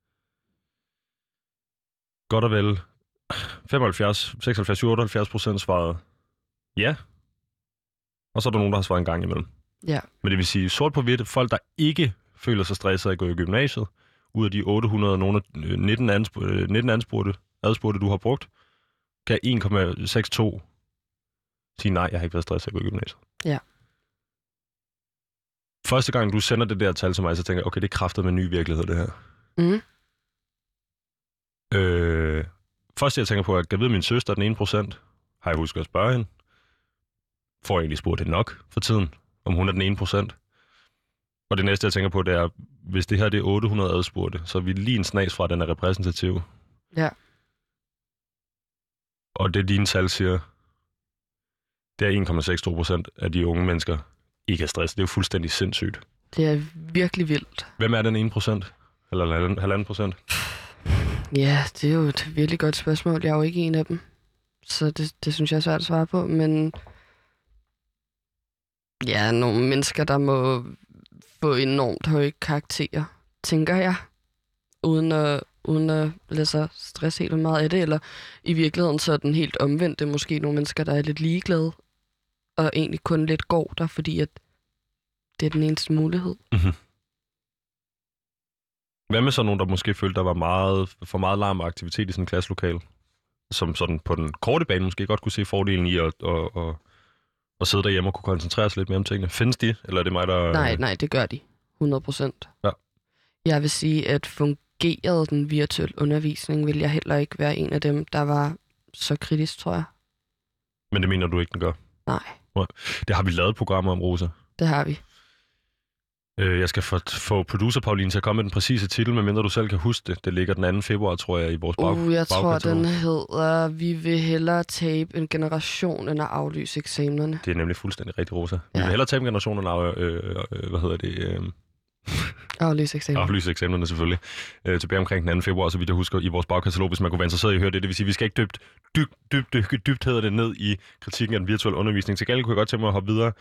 godt og vel 75, 76, 78% svaret ja. 2% og så er der nogen, der har svaret en gang imellem. Ja. Men det vil sige, sort på hvidt, folk, der ikke føler sig stresset af at gå i gymnasiet, ud af de 800, nogle af 19 adspurgte, du har brugt, kan 1,62 sige nej, jeg har ikke været stresset af at gå i gymnasiet. Ja. Første gang, du sender det der tal til mig, så tænker jeg, okay, det er kraftet med ny virkelighed, det her. Mm. Først jeg tænker på, at jeg ved min søster, den 1%, har jeg husket at spørge hende. Får jeg egentlig spurgt det nok for tiden, om hun er den 1%. Og det næste, jeg tænker på, det er, hvis det her det er 800 adspurgte, så er vi lige en snas fra, at den er repræsentativ. Ja. Og det dine tal siger, det er 1,62% af de unge mennesker ikke er stresset. Det er jo fuldstændig sindssygt. Det er virkelig vildt. Hvem er den 1%? Eller 1,5%? Ja, det er jo et virkelig godt spørgsmål. Jeg er jo ikke en af dem. Så det synes jeg er svært at svare på. Men ja, nogle mennesker, der må få enormt høje karakterer, tænker jeg. Uden at lade sig stresse helt meget af det. Eller i virkeligheden så er den helt omvendt. Det er måske nogle mennesker, der er lidt ligeglade. Og egentlig kun lidt går der, fordi at det er den eneste mulighed. Mm-hmm. Hvad med så nogen, der måske følte, der var for meget larm og aktivitet i sådan en klasselokale? Som sådan på den korte bane måske godt kunne se fordelen i at sidde derhjemme og kunne koncentrere sig lidt mere om tingene. Findes de, eller er det mig, der... Nej, det gør de. 100%. Ja. Jeg vil sige, at fungerede den virtuelle undervisning, vil jeg heller ikke være en af dem, der var så kritisk, tror jeg. Men det mener du ikke, den gør? Nej. Det har vi lavet programmer om, Rosa. Det har vi. Jeg skal få producer Pauline til at komme med den præcise titel, medmindre du selv kan huske det. Det ligger den 2. februar, tror jeg, i vores bagkatalog. Jeg tror, den hedder, vi vil hellere tabe en generation, end at aflyse eksamenerne. Det er nemlig fuldstændig rigtigt, Rosa. Vi vil hellere tabe en generation, end aflyse eksamenerne, selvfølgelig. Tilbage omkring den 2. februar, så vidt jeg husker, i vores bagkatalog, hvis man kunne være interesseret i at høre det. Det vil sige, at vi skal ikke dybt hedder det ned i kritikken af den virtuelle undervisning. Til gengæld kunne jeg godt tænke mig at hoppe videre.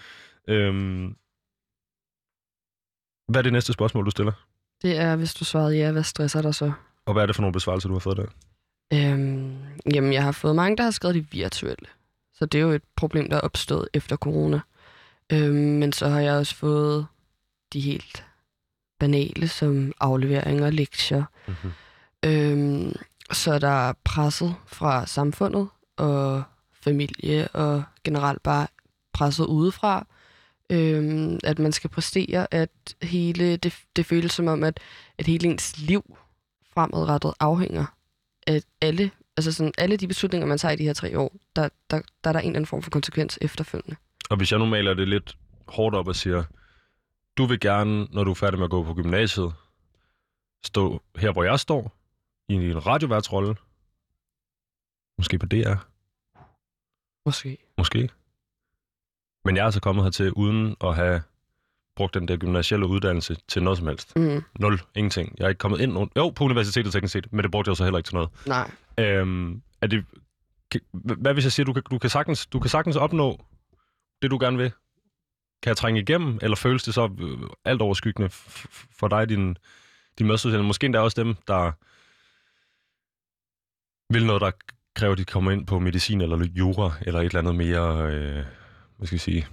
Hvad er det næste spørgsmål, du stiller? Det er, hvis du svarede ja, hvad stresser dig så? Og hvad er det for nogle besvarelser, du har fået der? Jamen, jeg har fået mange, der har skrevet de virtuelle. Så det er jo et problem, der er opstået efter corona. Men så har jeg også fået de helt banale, som afleveringer og lektier. Mm-hmm. Så der er presset fra samfundet og familie og generelt bare presset udefra. At man skal præstere, at hele det føles som om, at hele ens liv fremadrettet afhænger af alle de beslutninger, man tager i de her 3 år, der er en eller anden form for konsekvens efterfølgende. Og hvis jeg nu maler det lidt hårdt op og siger, du vil gerne, når du er færdig med at gå på gymnasiet, stå her, hvor jeg står, i en radioværtsrolle. Måske på DR. Måske. Men jeg er altså kommet hertil uden at have brugt den der gymnasielle uddannelse til noget som helst. Mm. 0. Ingenting. Jeg er ikke kommet ind... på universitetet teknisk set, men det brugte jeg så heller ikke til noget. Nej. Hvad hvis jeg siger, du kan sagtens opnå det, du gerne vil? Kan jeg trænge igennem, eller føles det så alt overskyggende for dig, din medstuderende? Måske endda også dem, der vil noget, der kræver, at de kommer ind på medicin eller jura, eller et eller andet mere... hvad skal jeg sige?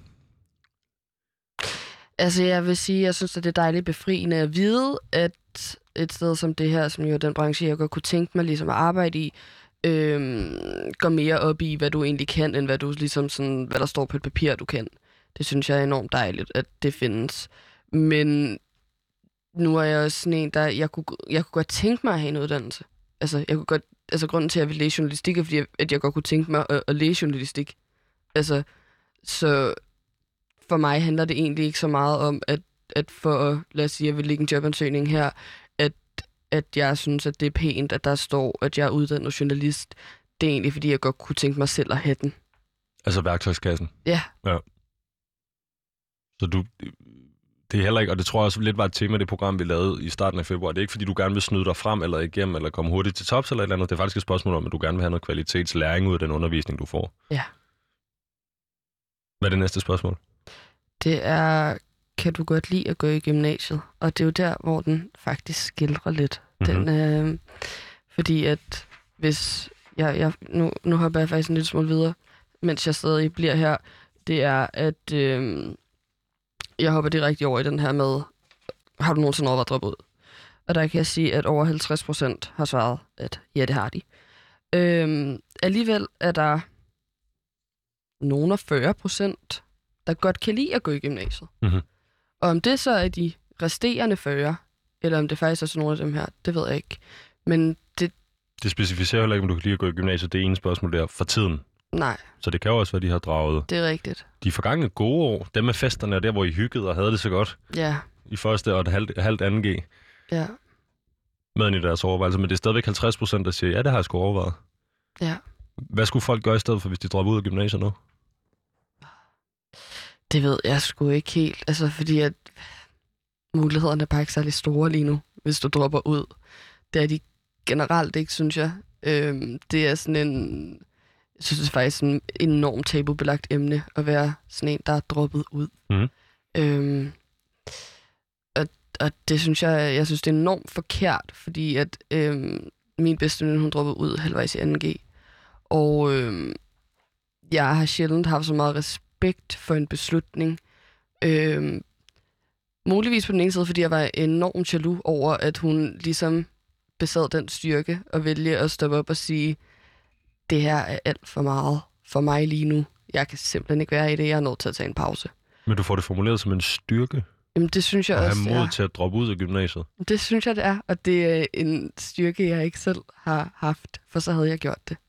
Altså, jeg vil sige, jeg synes, at det er dejligt befriende at vide, at et sted som det her, som jo er den branche, jeg godt kunne tænke mig ligesom at arbejde i, går mere op i, hvad du egentlig kan, end hvad du ligesom sådan, hvad der står på et papir, du kan. Det synes jeg er enormt dejligt, at det findes. Men nu er jeg også sådan en, der jeg kunne godt tænke mig at have en uddannelse. Grunden til, at jeg vil læse journalistik, er fordi, at jeg godt kunne tænke mig at læse journalistik. Så for mig handler det egentlig ikke så meget om, at for, lad os sige, jeg vil lægge en jobansøgning her, at jeg synes, at det er pænt, at der står, at jeg er uddannet journalist. Det er egentlig, fordi jeg godt kunne tænke mig selv at have den. Altså værktøjskassen? Ja. Så det er heller ikke, og det tror jeg også lidt var et tema, det program, vi lavede i starten af februar. Det er ikke, fordi du gerne vil snyde dig frem eller igennem, eller komme hurtigt til tops eller et eller andet. Det er faktisk et spørgsmål om, at du gerne vil have noget kvalitetslæring ud af den undervisning, du får. Ja. Hvad er det næste spørgsmål? Det er, kan du godt lide at gå i gymnasiet? Og det er jo der, hvor den faktisk skildrer lidt. Mm-hmm. Fordi at hvis... Nu hopper jeg faktisk en lille smule videre, mens jeg stadig bliver her. det er, at jeg hopper direkte over i den her med, har du nogensinde overvejet at droppe ud? Og der kan jeg sige, at over 50% har svaret, at ja, det har de. Alligevel er der nogen af 40%, der godt kan lide at gå i gymnasiet. Mm-hmm. Og om det så er de resterende 40, eller om det faktisk er sådan nogle af dem her, det ved jeg ikke. Men det specificerer heller ikke, om du kan lide at gå i gymnasiet. Det ene spørgsmål der for tiden. Nej. Så det kan jo også være, de har draget Det er rigtigt. de forgangne gode år, dem med festerne og der, hvor I hyggede og havde det så godt. Ja. I første og et halvt 2G. Ja. Med i deres overvejelser. Men det er stadigvæk 50%, der siger, ja, det har jeg sgu overvejet. Ja. Hvad skulle folk gøre i stedet for, hvis de dropper ud af gymnasiet nu? Det ved jeg sgu ikke helt. Altså, fordi at mulighederne er bare ikke særlig store lige nu, hvis du dropper ud. Det er de generelt ikke, synes jeg. Det er sådan en... Jeg synes, det er faktisk en enormt tabubelagt emne at være sådan en, der er droppet ud. Mm. Og det synes jeg synes, det er enormt forkert, fordi at min bedste veninde, hun droppede ud halvvejs i 2G. Og jeg har sjældent haft så meget respekt for en beslutning. Muligvis på den ene side, fordi jeg var enormt jaloux over, at hun ligesom besad den styrke og vælge at stoppe op og sige, det her er alt for meget for mig lige nu. Jeg kan simpelthen ikke være i det. Jeg er nødt til at tage en pause. Men du får det formuleret som en styrke? Jamen, det synes jeg også, også, at have mod til at droppe ud af gymnasiet? Det synes jeg, det er. Og det er en styrke, jeg ikke selv har haft, for så havde jeg gjort det.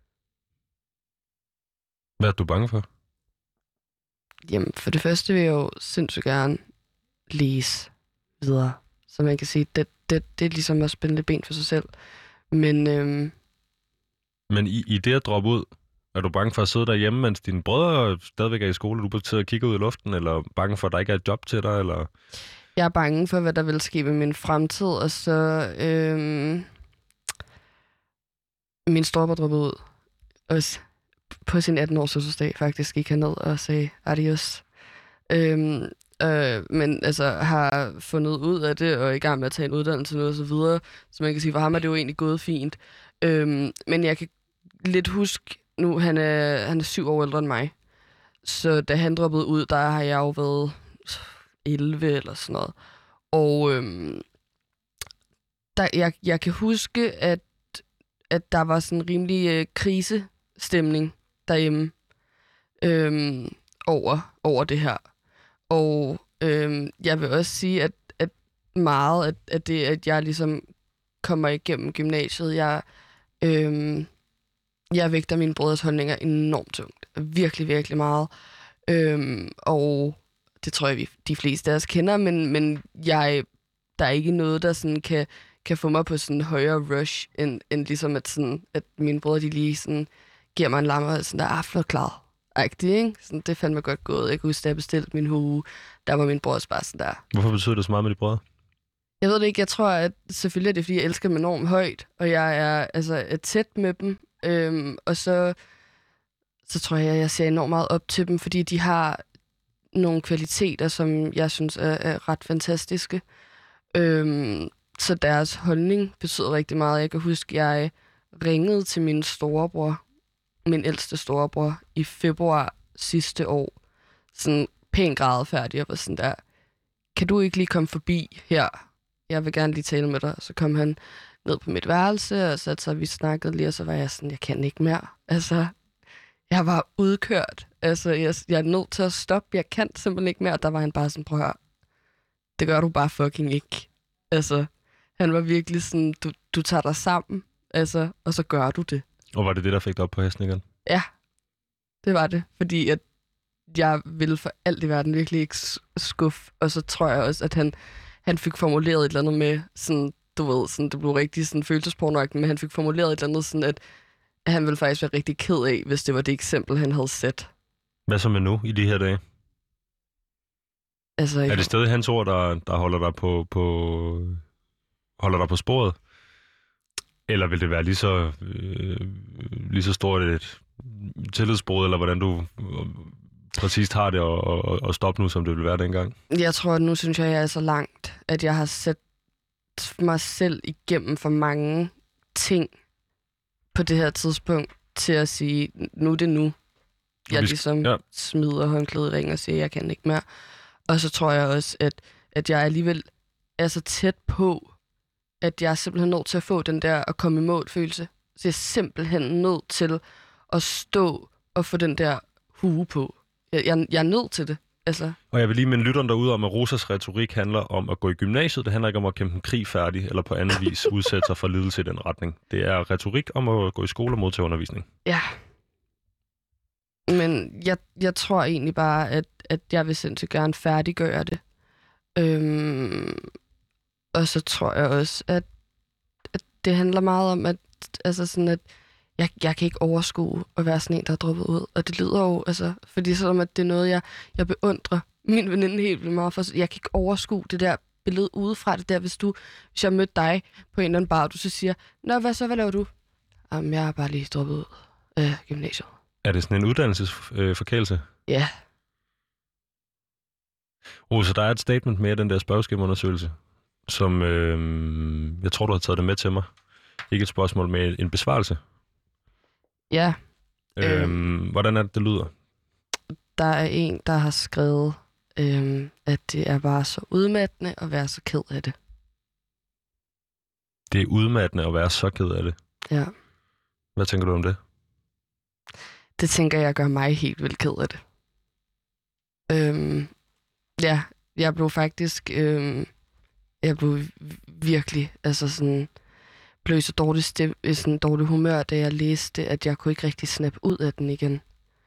Hvad er du bange for? Jamen, for det første vil jeg jo sindssygt gerne læse videre. Så man kan sige, det er ligesom at spænde lidt ben for sig selv. Men i det at droppe ud, er du bange for at sidde derhjemme, mens dine brødre stadigvæk er i skole, og du sidder og kigger ud i luften, eller bange for, at der ikke er et job til dig, eller? Jeg er bange for, hvad der vil ske med min fremtid, og så min storebror droppede ud. Også på sin 18-års fødselsdag faktisk gik han ned og sagde adios. Men altså har fundet ud af det, og er i gang med at tage en uddannelse og så videre. Så man kan sige, for ham er det jo egentlig gået fint. Men jeg kan lidt huske, nu han er 7 år ældre end mig. Så da han droppede ud, der har jeg jo været 11 eller sådan noget. Og jeg kan huske, at der var sådan en rimelig krisestemning derhjemme over det her. Og jeg vil også sige, at meget af det, at jeg ligesom kommer igennem gymnasiet, jeg vægter mine brødres holdninger enormt tungt. Virkelig, virkelig meget. Og det tror jeg, de fleste af os kender, men der er ikke noget, der sådan kan få mig på sådan en højere rush, end ligesom at mine brødre, de lige sådan giver mig en lammer, og sådan der, flot klar. Ikke? Sådan, det fandt mig godt gået. Jeg kunne huske, da jeg bestilte min hue, der var min bror også bare sådan der. Hvorfor betyder det så meget med de brødre? Jeg ved det ikke. Jeg tror, at selvfølgelig er det, fordi jeg elsker dem enormt højt, og jeg er tæt med dem. Og så tror jeg ser enormt meget op til dem, fordi de har nogle kvaliteter, som jeg synes er ret fantastiske. Så deres holdning betyder rigtig meget. Jeg kan huske, jeg ringede til min ældste storebror, i februar sidste år. Sådan pænt grædefærdig, og var sådan der, kan du ikke lige komme forbi her? Jeg vil gerne lige tale med dig. Så kom han ned på mit værelse, og så vi snakkede lige, og så var jeg sådan, jeg kan ikke mere. Altså, jeg var udkørt. Altså, jeg er nødt til at stoppe. Jeg kan simpelthen ikke mere. Der var han bare sådan, prøv at høre, det gør du bare fucking ikke. Altså, han var virkelig sådan, du tager dig sammen, altså, og så gør du det. Og var det det, der fik dig op på hesten igen? Ja, det var det. Fordi at jeg ville for alt i verden virkelig ikke skuffe. Og så tror jeg også, at han fik formuleret et eller andet med, sådan, du ved, sådan, det blev rigtig sådan følelsespornøjagtigt, men han fik formuleret et eller andet sådan, at han ville faktisk være rigtig ked af, hvis det var det eksempel, han havde set. Hvad så med nu, i de her dage? Altså, er det stadig hans ord, der holder dig holder dig på sporet? Eller vil det være lige så stort et tillidsbrud, eller hvordan du præcist har det og stoppe nu, som det vil være dengang? Jeg tror, at nu synes jeg er så langt, at jeg har sat mig selv igennem for mange ting på det her tidspunkt til at sige, nu er det nu. jeg ligesom smider håndklædet i ringen og siger, at jeg kan ikke mere. Og så tror jeg også, at jeg alligevel er så tæt på, at jeg er simpelthen nødt til at få den der at komme i mål følelse. Så jeg er simpelthen nødt til at stå og få den der hue på. Jeg er nødt til det. Altså. Og jeg vil lige minde lytteren derude om, at Rosas retorik handler om at gå i gymnasiet. Det handler ikke om at kæmpe en krig færdig, eller på anden vis udsætte sig for lidelse i den retning. Det er retorik om at gå i skole og modtage undervisning. Ja. Men jeg tror egentlig bare, at jeg vil sindssygt gerne færdiggøre det. Og så tror jeg også, at det handler meget om, at, altså sådan, at jeg kan ikke overskue at være sådan en, der er droppet ud. Og det lyder jo, altså, fordi selvom at det er noget, jeg beundrer min veninde helt vildt meget for. Jeg kan ikke overskue det der billede udefra det der, hvis jeg mødte dig på en eller anden bar, og du så siger, nå, hvad laver du? Jamen, jeg er bare lige droppet ud af gymnasiet. Er det sådan en uddannelsesforkælelse? Ja. Rosa, der er et statement med den der spørgeskemaundersøgelse, som jeg tror, du har taget det med til mig. Ikke et spørgsmål, med en besvarelse. Ja. Hvordan er det lyder? Der er en, der har skrevet, at det er bare så udmattende at være så ked af det. Det er udmattende at være så ked af det? Ja. Hvad tænker du om det? Det tænker jeg gør mig helt vildt ked af det. Ja, jeg blev faktisk... jeg blev virkelig, altså sådan... blev så sådan dårlig humør, da jeg læste, at jeg kunne ikke rigtig snappe ud af den igen.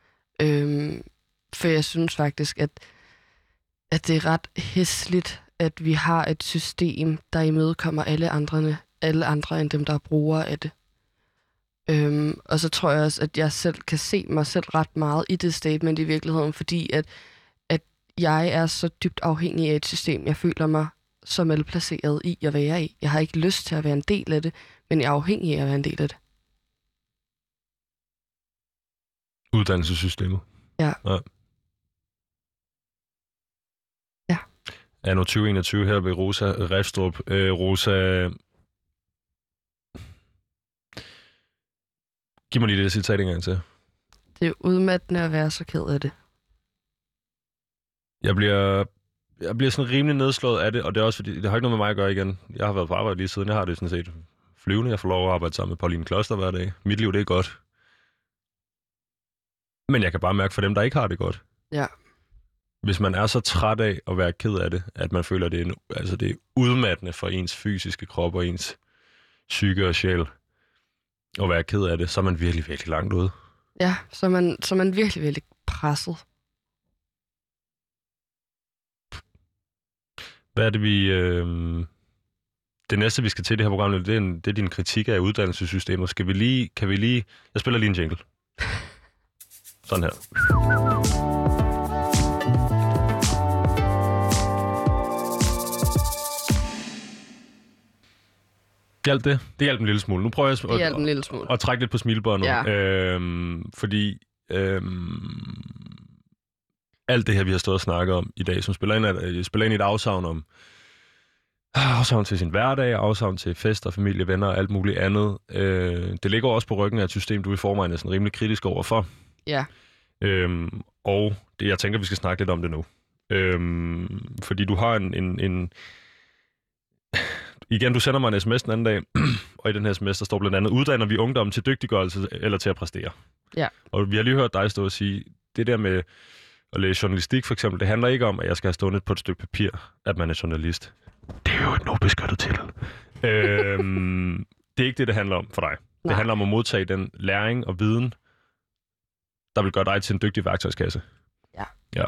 For jeg synes faktisk, at det er ret hæsligt, at vi har et system, der imødekommer alle andre end dem, der er brugere af det. Og så tror jeg også, at jeg selv kan se mig selv ret meget i det statement i virkeligheden, fordi at jeg er så dybt afhængig af et system, jeg føler mig så malplaceret i at være i. Jeg har ikke lyst til at være en del af det, men jeg er afhængig af at være en del af det. Uddannelsessystemet? Ja. Ja. Anno 2021 her ved Rosa Refstrup. Rosa, giv mig lige det citat en gang til. Det er udmattende at være så ked af det. Jeg bliver sådan rimelig nedslået af det, og det er også fordi, det har ikke noget med mig at gøre igen. Jeg har været på arbejde lige siden, jeg har det sådan set flyvende. Jeg får lov at arbejde sammen med Pauline Kloster hver dag. Mit liv, det er godt. Men jeg kan bare mærke for dem, der ikke har det godt. Ja. Hvis man er så træt af at være ked af det, at man føler, at det er udmattende for ens fysiske krop og ens psyke og sjæl at være ked af det, så er man virkelig, virkelig langt ude. Ja, så er man virkelig, virkelig presset. Hvad er det, det næste, vi skal til det her program, det er din kritik af uddannelsessystemet. Kan vi lige... Jeg spiller lige en jingle. Sådan her. Hjalp det? Det hjalp en lille smule. Nu prøver jeg at trække lidt på smilebåndet. Ja. Fordi alt det her, vi har stået og snakket om i dag, som spiller ind i et afsavn om afsavn til sin hverdag, afsavn til fester, familie, venner og alt muligt andet. Det ligger også på ryggen af et system, du i forvejen er sådan rimelig kritisk overfor. Ja. Og jeg tænker, vi skal snakke lidt om det nu. Fordi du har en igen, du sender mig en sms den anden dag, og i den her sms, der står blandt andet, uddanner vi ungdommen til dygtiggørelse eller til at præstere. Ja. Og vi har lige hørt dig stå og sige, det der med at læse journalistik for eksempel, det handler ikke om, at jeg skal have stående på et stykke papir, at man er journalist. Det er jo et nobeskyttet titel. Det er ikke det handler om for dig. Nej. Det handler om at modtage den læring og viden, der vil gøre dig til en dygtig værktøjskasse. Ja.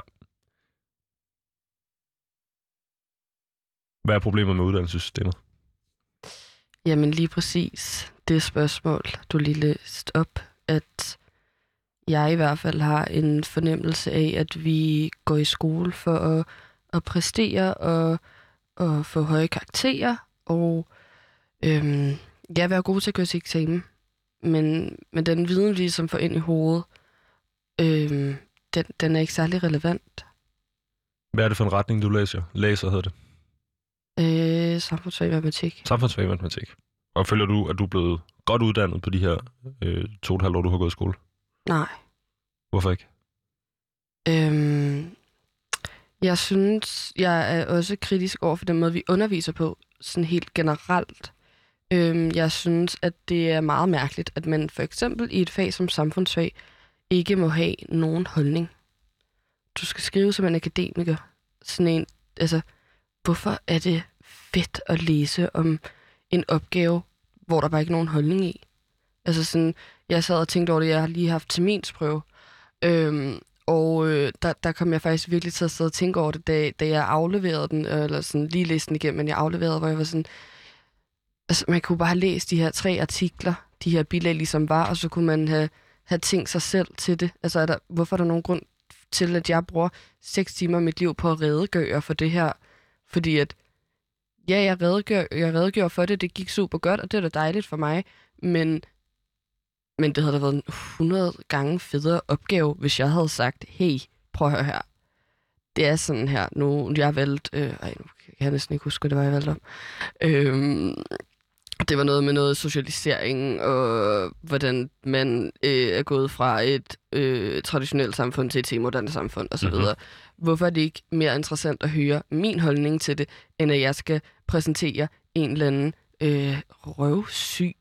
Hvad er problemet med uddannelsessystemet? Jamen lige præcis det spørgsmål, du lige læste op, at jeg i hvert fald har en fornemmelse af, at vi går i skole for at præstere og få høje karakterer, og være gode til at gå til eksamen. Men den viden, vi som får ind i hovedet, den er ikke særlig relevant. Hvad er det for en retning, du læser hedder det? Samfundsfag og matematik. Samfundsfag og matematik. Og føler du, at du er blevet godt uddannet på de her 2,5 år, du har gået i skole? Nej. Hvorfor ikke? Jeg synes, jeg er også kritisk over for den måde, vi underviser på, sådan helt generelt. Jeg synes, at det er meget mærkeligt, at man for eksempel i et fag som samfundsfag ikke må have nogen holdning. Du skal skrive som en akademiker. Sådan en, altså, hvorfor er det fedt at læse om en opgave, hvor der bare ikke er nogen holdning i? Altså sådan, jeg sad og tænkte over det, jeg har lige haft terminsprøve, der kom jeg faktisk virkelig til at sidde og tænke over det, da jeg afleverede den, eller sådan lige læste den igennem, men jeg afleverede, hvor jeg var sådan, altså man kunne bare have læst de her 3 artikler, de her bilag ligesom var, og så kunne man have tænkt sig selv til det. Altså hvorfor er der nogen grund til, at jeg bruger 6 timer af mit liv på at redegøre for det her? Fordi at, ja, jeg redegør for det gik super godt, og det er da dejligt for mig, men det havde da været en 100 gange federe opgave, hvis jeg havde sagt, hey, prøv at høre her. Det er sådan her, nu jeg har valgt, nu kan jeg næsten ikke huske, hvad det var, jeg valgte om. Det var noget med noget socialisering, og hvordan man er gået fra et traditionelt samfund til et moderne samfund, osv. Mm-hmm. Hvorfor er det ikke mere interessant at høre min holdning til det, end at jeg skal præsentere en eller anden røvsyg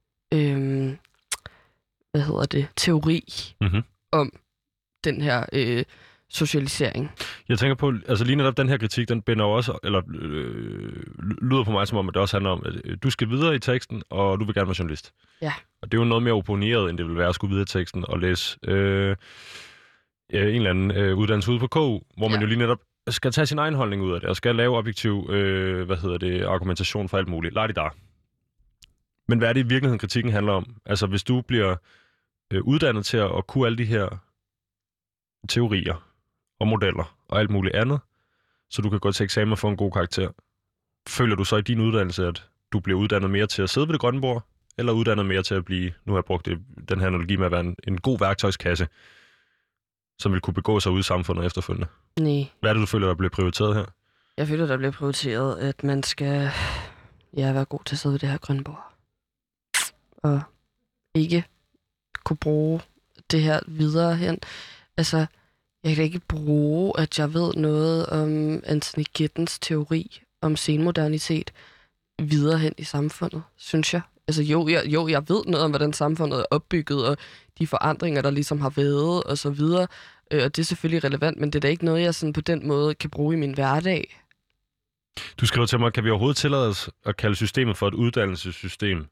teori om den her socialisering. Jeg tænker på, altså lige netop den her kritik, den binder også, eller lyder på mig som om, at det også handler om, at du skal videre i teksten, og du vil gerne være journalist. Ja. Og det er jo noget mere opponeret, end det vil være at skulle videre i teksten og læse en eller anden uddannelse ude på KU, hvor man jo lige netop skal tage sin egen holdning ud af det, og skal lave objektiv argumentation for alt muligt. Lad det der. Men hvad er det i virkeligheden, kritikken handler om? Altså, hvis du bliver uddannet til at kunne alle de her teorier og modeller og alt muligt andet, så du kan gå til eksamen og få en god karakter, føler du så i din uddannelse, at du bliver uddannet mere til at sidde ved det grønne bord, eller uddannet mere til at blive, nu har jeg brugt den her analogi med at være en god værktøjskasse, som vil kunne begå sig ude i samfundet efterfølgende? Nej. Hvad er det, du føler, der bliver prioriteret her? Jeg føler, der bliver prioriteret, at man skal være god til at sidde ved det her grønne bord. Og ikke kunne bruge det her videre hen. Altså, jeg kan ikke bruge, at jeg ved noget om Anthony Giddens teori om senmodernitet videre hen i samfundet, synes jeg. Altså jeg ved noget om, hvordan samfundet er opbygget, og de forandringer, der ligesom har været, og så videre. Og det er selvfølgelig relevant, men det er da ikke noget, jeg sådan på den måde kan bruge i min hverdag. Du skriver til mig, kan vi overhovedet tillade os at kalde systemet for et uddannelsessystem?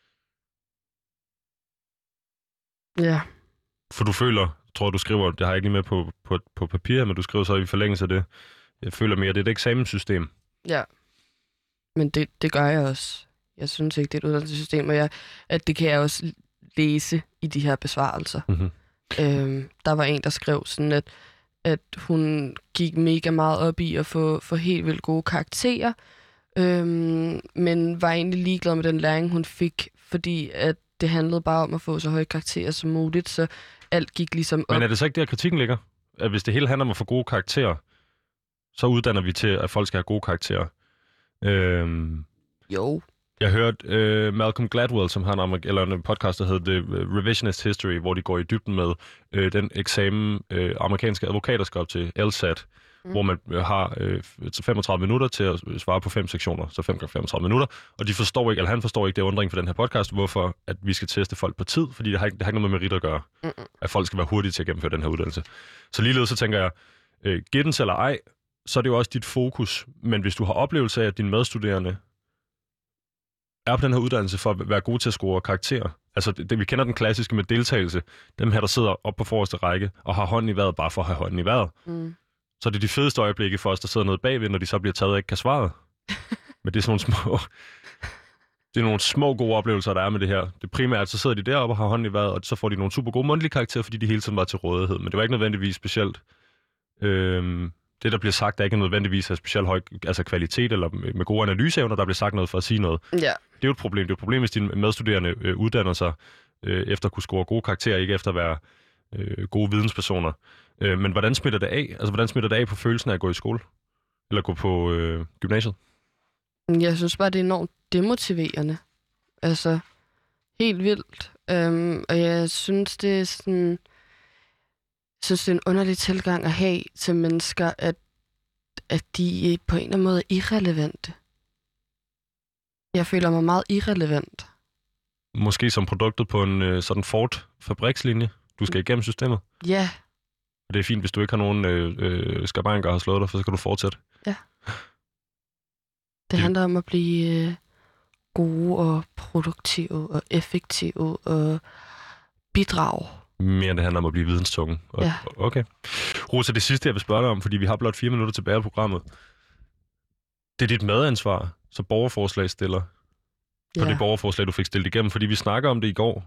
Ja. For du føler, tror du skriver, det har jeg ikke lige med på papir, men du skriver så i forlængelse af det, jeg føler mere, det er et eksamenssystem. Ja, men det gør jeg også. Jeg synes ikke, det er et uddannelsessystem, og at det kan jeg også læse i de her besvarelser. Mm-hmm. Der var en, der skrev sådan, at hun gik mega meget op i at få helt vildt gode karakterer, men var egentlig ligeglad med den læring, hun fik, fordi at det handlede bare om at få så høje karakterer som muligt, så alt gik ligesom op. Men er det så ikke der, kritikken ligger? At hvis det hele handler om at få gode karakterer, så uddanner vi til, at folk skal have gode karakterer. Jo. Jeg hørte Malcolm Gladwell, som har en podcast, der hedder The Revisionist History, hvor de går i dybden med den eksamen, amerikanske advokater skal op til, LSAT, hvor man har 35 minutter til at svare på 5 sektioner, så 5 gange 35 minutter, og han forstår ikke det undring for den her podcast, hvorfor at vi skal teste folk på tid, fordi det har ikke noget med merit at gøre, at folk skal være hurtige til at gennemføre den her uddannelse. Så ligeledes så tænker jeg, giddens eller ej, så er det jo også dit fokus, men hvis du har oplevelse af, at dine medstuderende er på den her uddannelse for at være gode til at score karakterer. Altså, vi kender den klassiske med deltagelse. Dem her, der sidder op på forreste række og har hånden i vejret, bare for at have hånden i vejret. Så det er de fedeste øjeblikke for os, der sidder nede bagved, når de så bliver taget og ikke kan svare. Men det er sådan nogle små gode oplevelser, der er med det her. Det primære er, at så sidder de deroppe og har hånden i vejret, og så får de nogle super gode mundtlige karakterer, fordi de hele tiden var til rådighed. Men det var ikke nødvendigvis specielt. Det, der bliver sagt, er ikke nødvendigvis af specielt høj kvalitet eller med gode analyseevner, der bliver sagt noget for at sige noget. Ja. Det er jo et problem. Det er et problem, hvis dine medstuderende uddanner sig efter at kunne score gode karakterer, ikke efter at være gode videnspersoner. Men hvordan smitter det af? Altså, hvordan smitter det af på følelsen af at gå i skole? Eller gå på gymnasiet? Jeg synes bare, det er enormt demotiverende. Altså, helt vildt. Og jeg synes, det er sådan... synes, det er en underlig tilgang at have til mennesker, at de på en eller anden måde er irrelevante. Jeg føler mig meget irrelevant. Måske som produktet på en sådan Ford-fabrikslinje. Du skal igennem systemet. Ja. Og det er fint, hvis du ikke har nogen skabanker har slået dig, for så skal du fortsætte. Ja. Det handler om at blive gode og produktive og effektive og bidrage. Mere end det handler om at blive videnstunge. Ja. Okay. Rosa, det sidste, jeg vil spørge dig om, fordi vi har blot 4 minutter tilbage af programmet. Det er dit medansvar, så borgerforslag stiller på det borgerforslag, du fik stillet igennem, fordi vi snakker om det i går.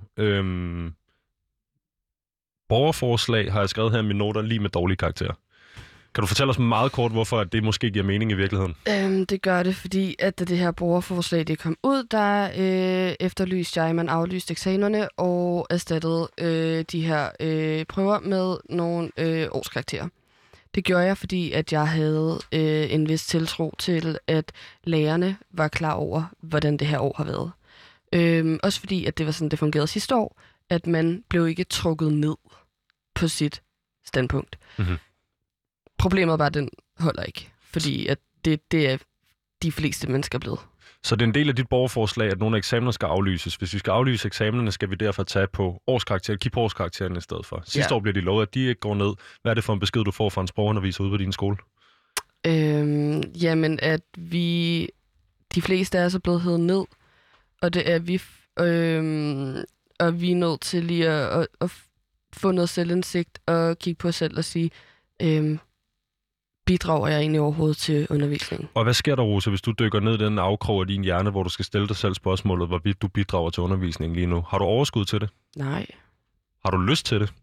Borgerforslag har jeg skrevet her i mine noter lige med dårlige karakterer. Kan du fortælle os meget kort, hvorfor det måske giver mening i virkeligheden? Det gør det, fordi at da det her borgerforslag det kom ud, der efterlyste jeg, at man aflyste eksamenerne og erstattede de her prøver med nogle årskarakterer. Det gjorde jeg, fordi at jeg havde en vis tiltro til, at lærerne var klar over, hvordan det her år har været. Også fordi, at det var sådan, det fungerede sidste år, at man blev ikke trukket ned på sit standpunkt. Mm-hmm. Problemet er bare, at den holder ikke, fordi at det er de fleste mennesker blevet. Så det er en del af dit borgerforslag, at nogle af eksamener skal aflyses. Hvis vi skal aflyse eksamenerne, skal vi derfor tage på årskarakter, kigge på årskarakteren i stedet for. Sidste år bliver de lovet, at de ikke går ned. Hvad er det for en besked, du får fra en sprogunderviser ude på din skole? Jamen, at de fleste er så blevet hævet ned, og det er vi, og vi er nødt til lige at få noget selvindsigt og kigge på os selv og sige, bidrager jeg egentlig overhovedet til undervisningen? Og hvad sker der, Rosa, hvis du dykker ned i den afkrog af din hjerne, hvor du skal stille dig selv spørgsmålet, hvorvidt du bidrager til undervisningen lige nu? Har du overskud til det? Nej. Har du lyst til det?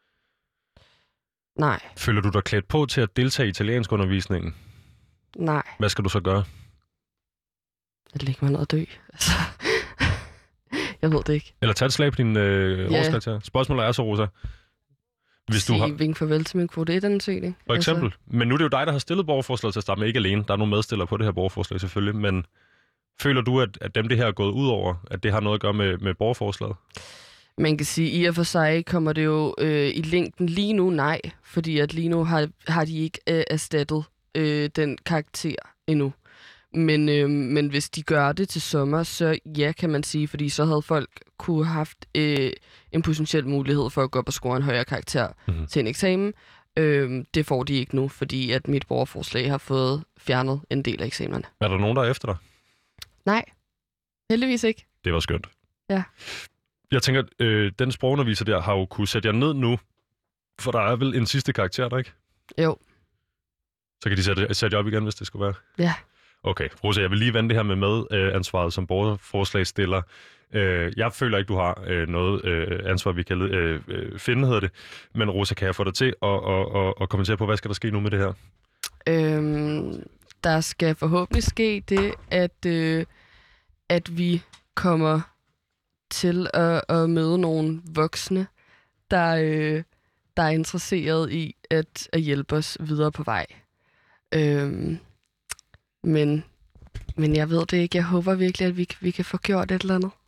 Nej. Føler du dig klædt på til at deltage i italiensk undervisningen? Nej. Hvad skal du så gøre? At lægge mig ned og dø. Altså. Jeg ved det ikke. Eller tage et slag på din årskarakter. Spørgsmålet er så, Rosa. Hvis du har... Vink farvel til min kvote 1-ansøgning. For eksempel. Altså... Men nu er det jo dig, der har stillet borgerforslaget til at starte med. Ikke alene. Der er nogle medstillere på det her borgerforslag selvfølgelig. Men føler du, at dem det her er gået ud over, at det har noget at gøre med borgerforslaget? Man kan sige, at i og for sig kommer det jo i længden lige nu nej. Fordi at lige nu har de ikke erstattet den karakter endnu. Men hvis de gør det til sommer, så ja, kan man sige, fordi så havde folk kunne have haft en potentiel mulighed for at gå op og score en højere karakter til en eksamen. Det får de ikke nu, fordi at mit borgerforslag har fået fjernet en del af eksamenerne. Er der nogen, der er efter dig? Nej, heldigvis ikke. Det var skønt. Ja. Jeg tænker, den sprogunderviser der har jo kunne sætte jer ned nu, for der er vel en sidste karakter, der ikke? Jo. Så kan de sætte jer op igen, hvis det skulle være? Ja. Okay, Rosa, jeg vil lige vende det her med medansvaret som borgerforslagsstiller. Jeg føler ikke, du har noget ansvar, vi kan finde, hedder det. Men Rosa, kan jeg få dig til at kommentere på, hvad skal der ske nu med det her? Der skal forhåbentlig ske det, at vi kommer til at møde nogle voksne, der er interesseret i at hjælpe os videre på vej. Men jeg ved det ikke. Jeg håber virkelig, at vi kan få gjort et eller andet.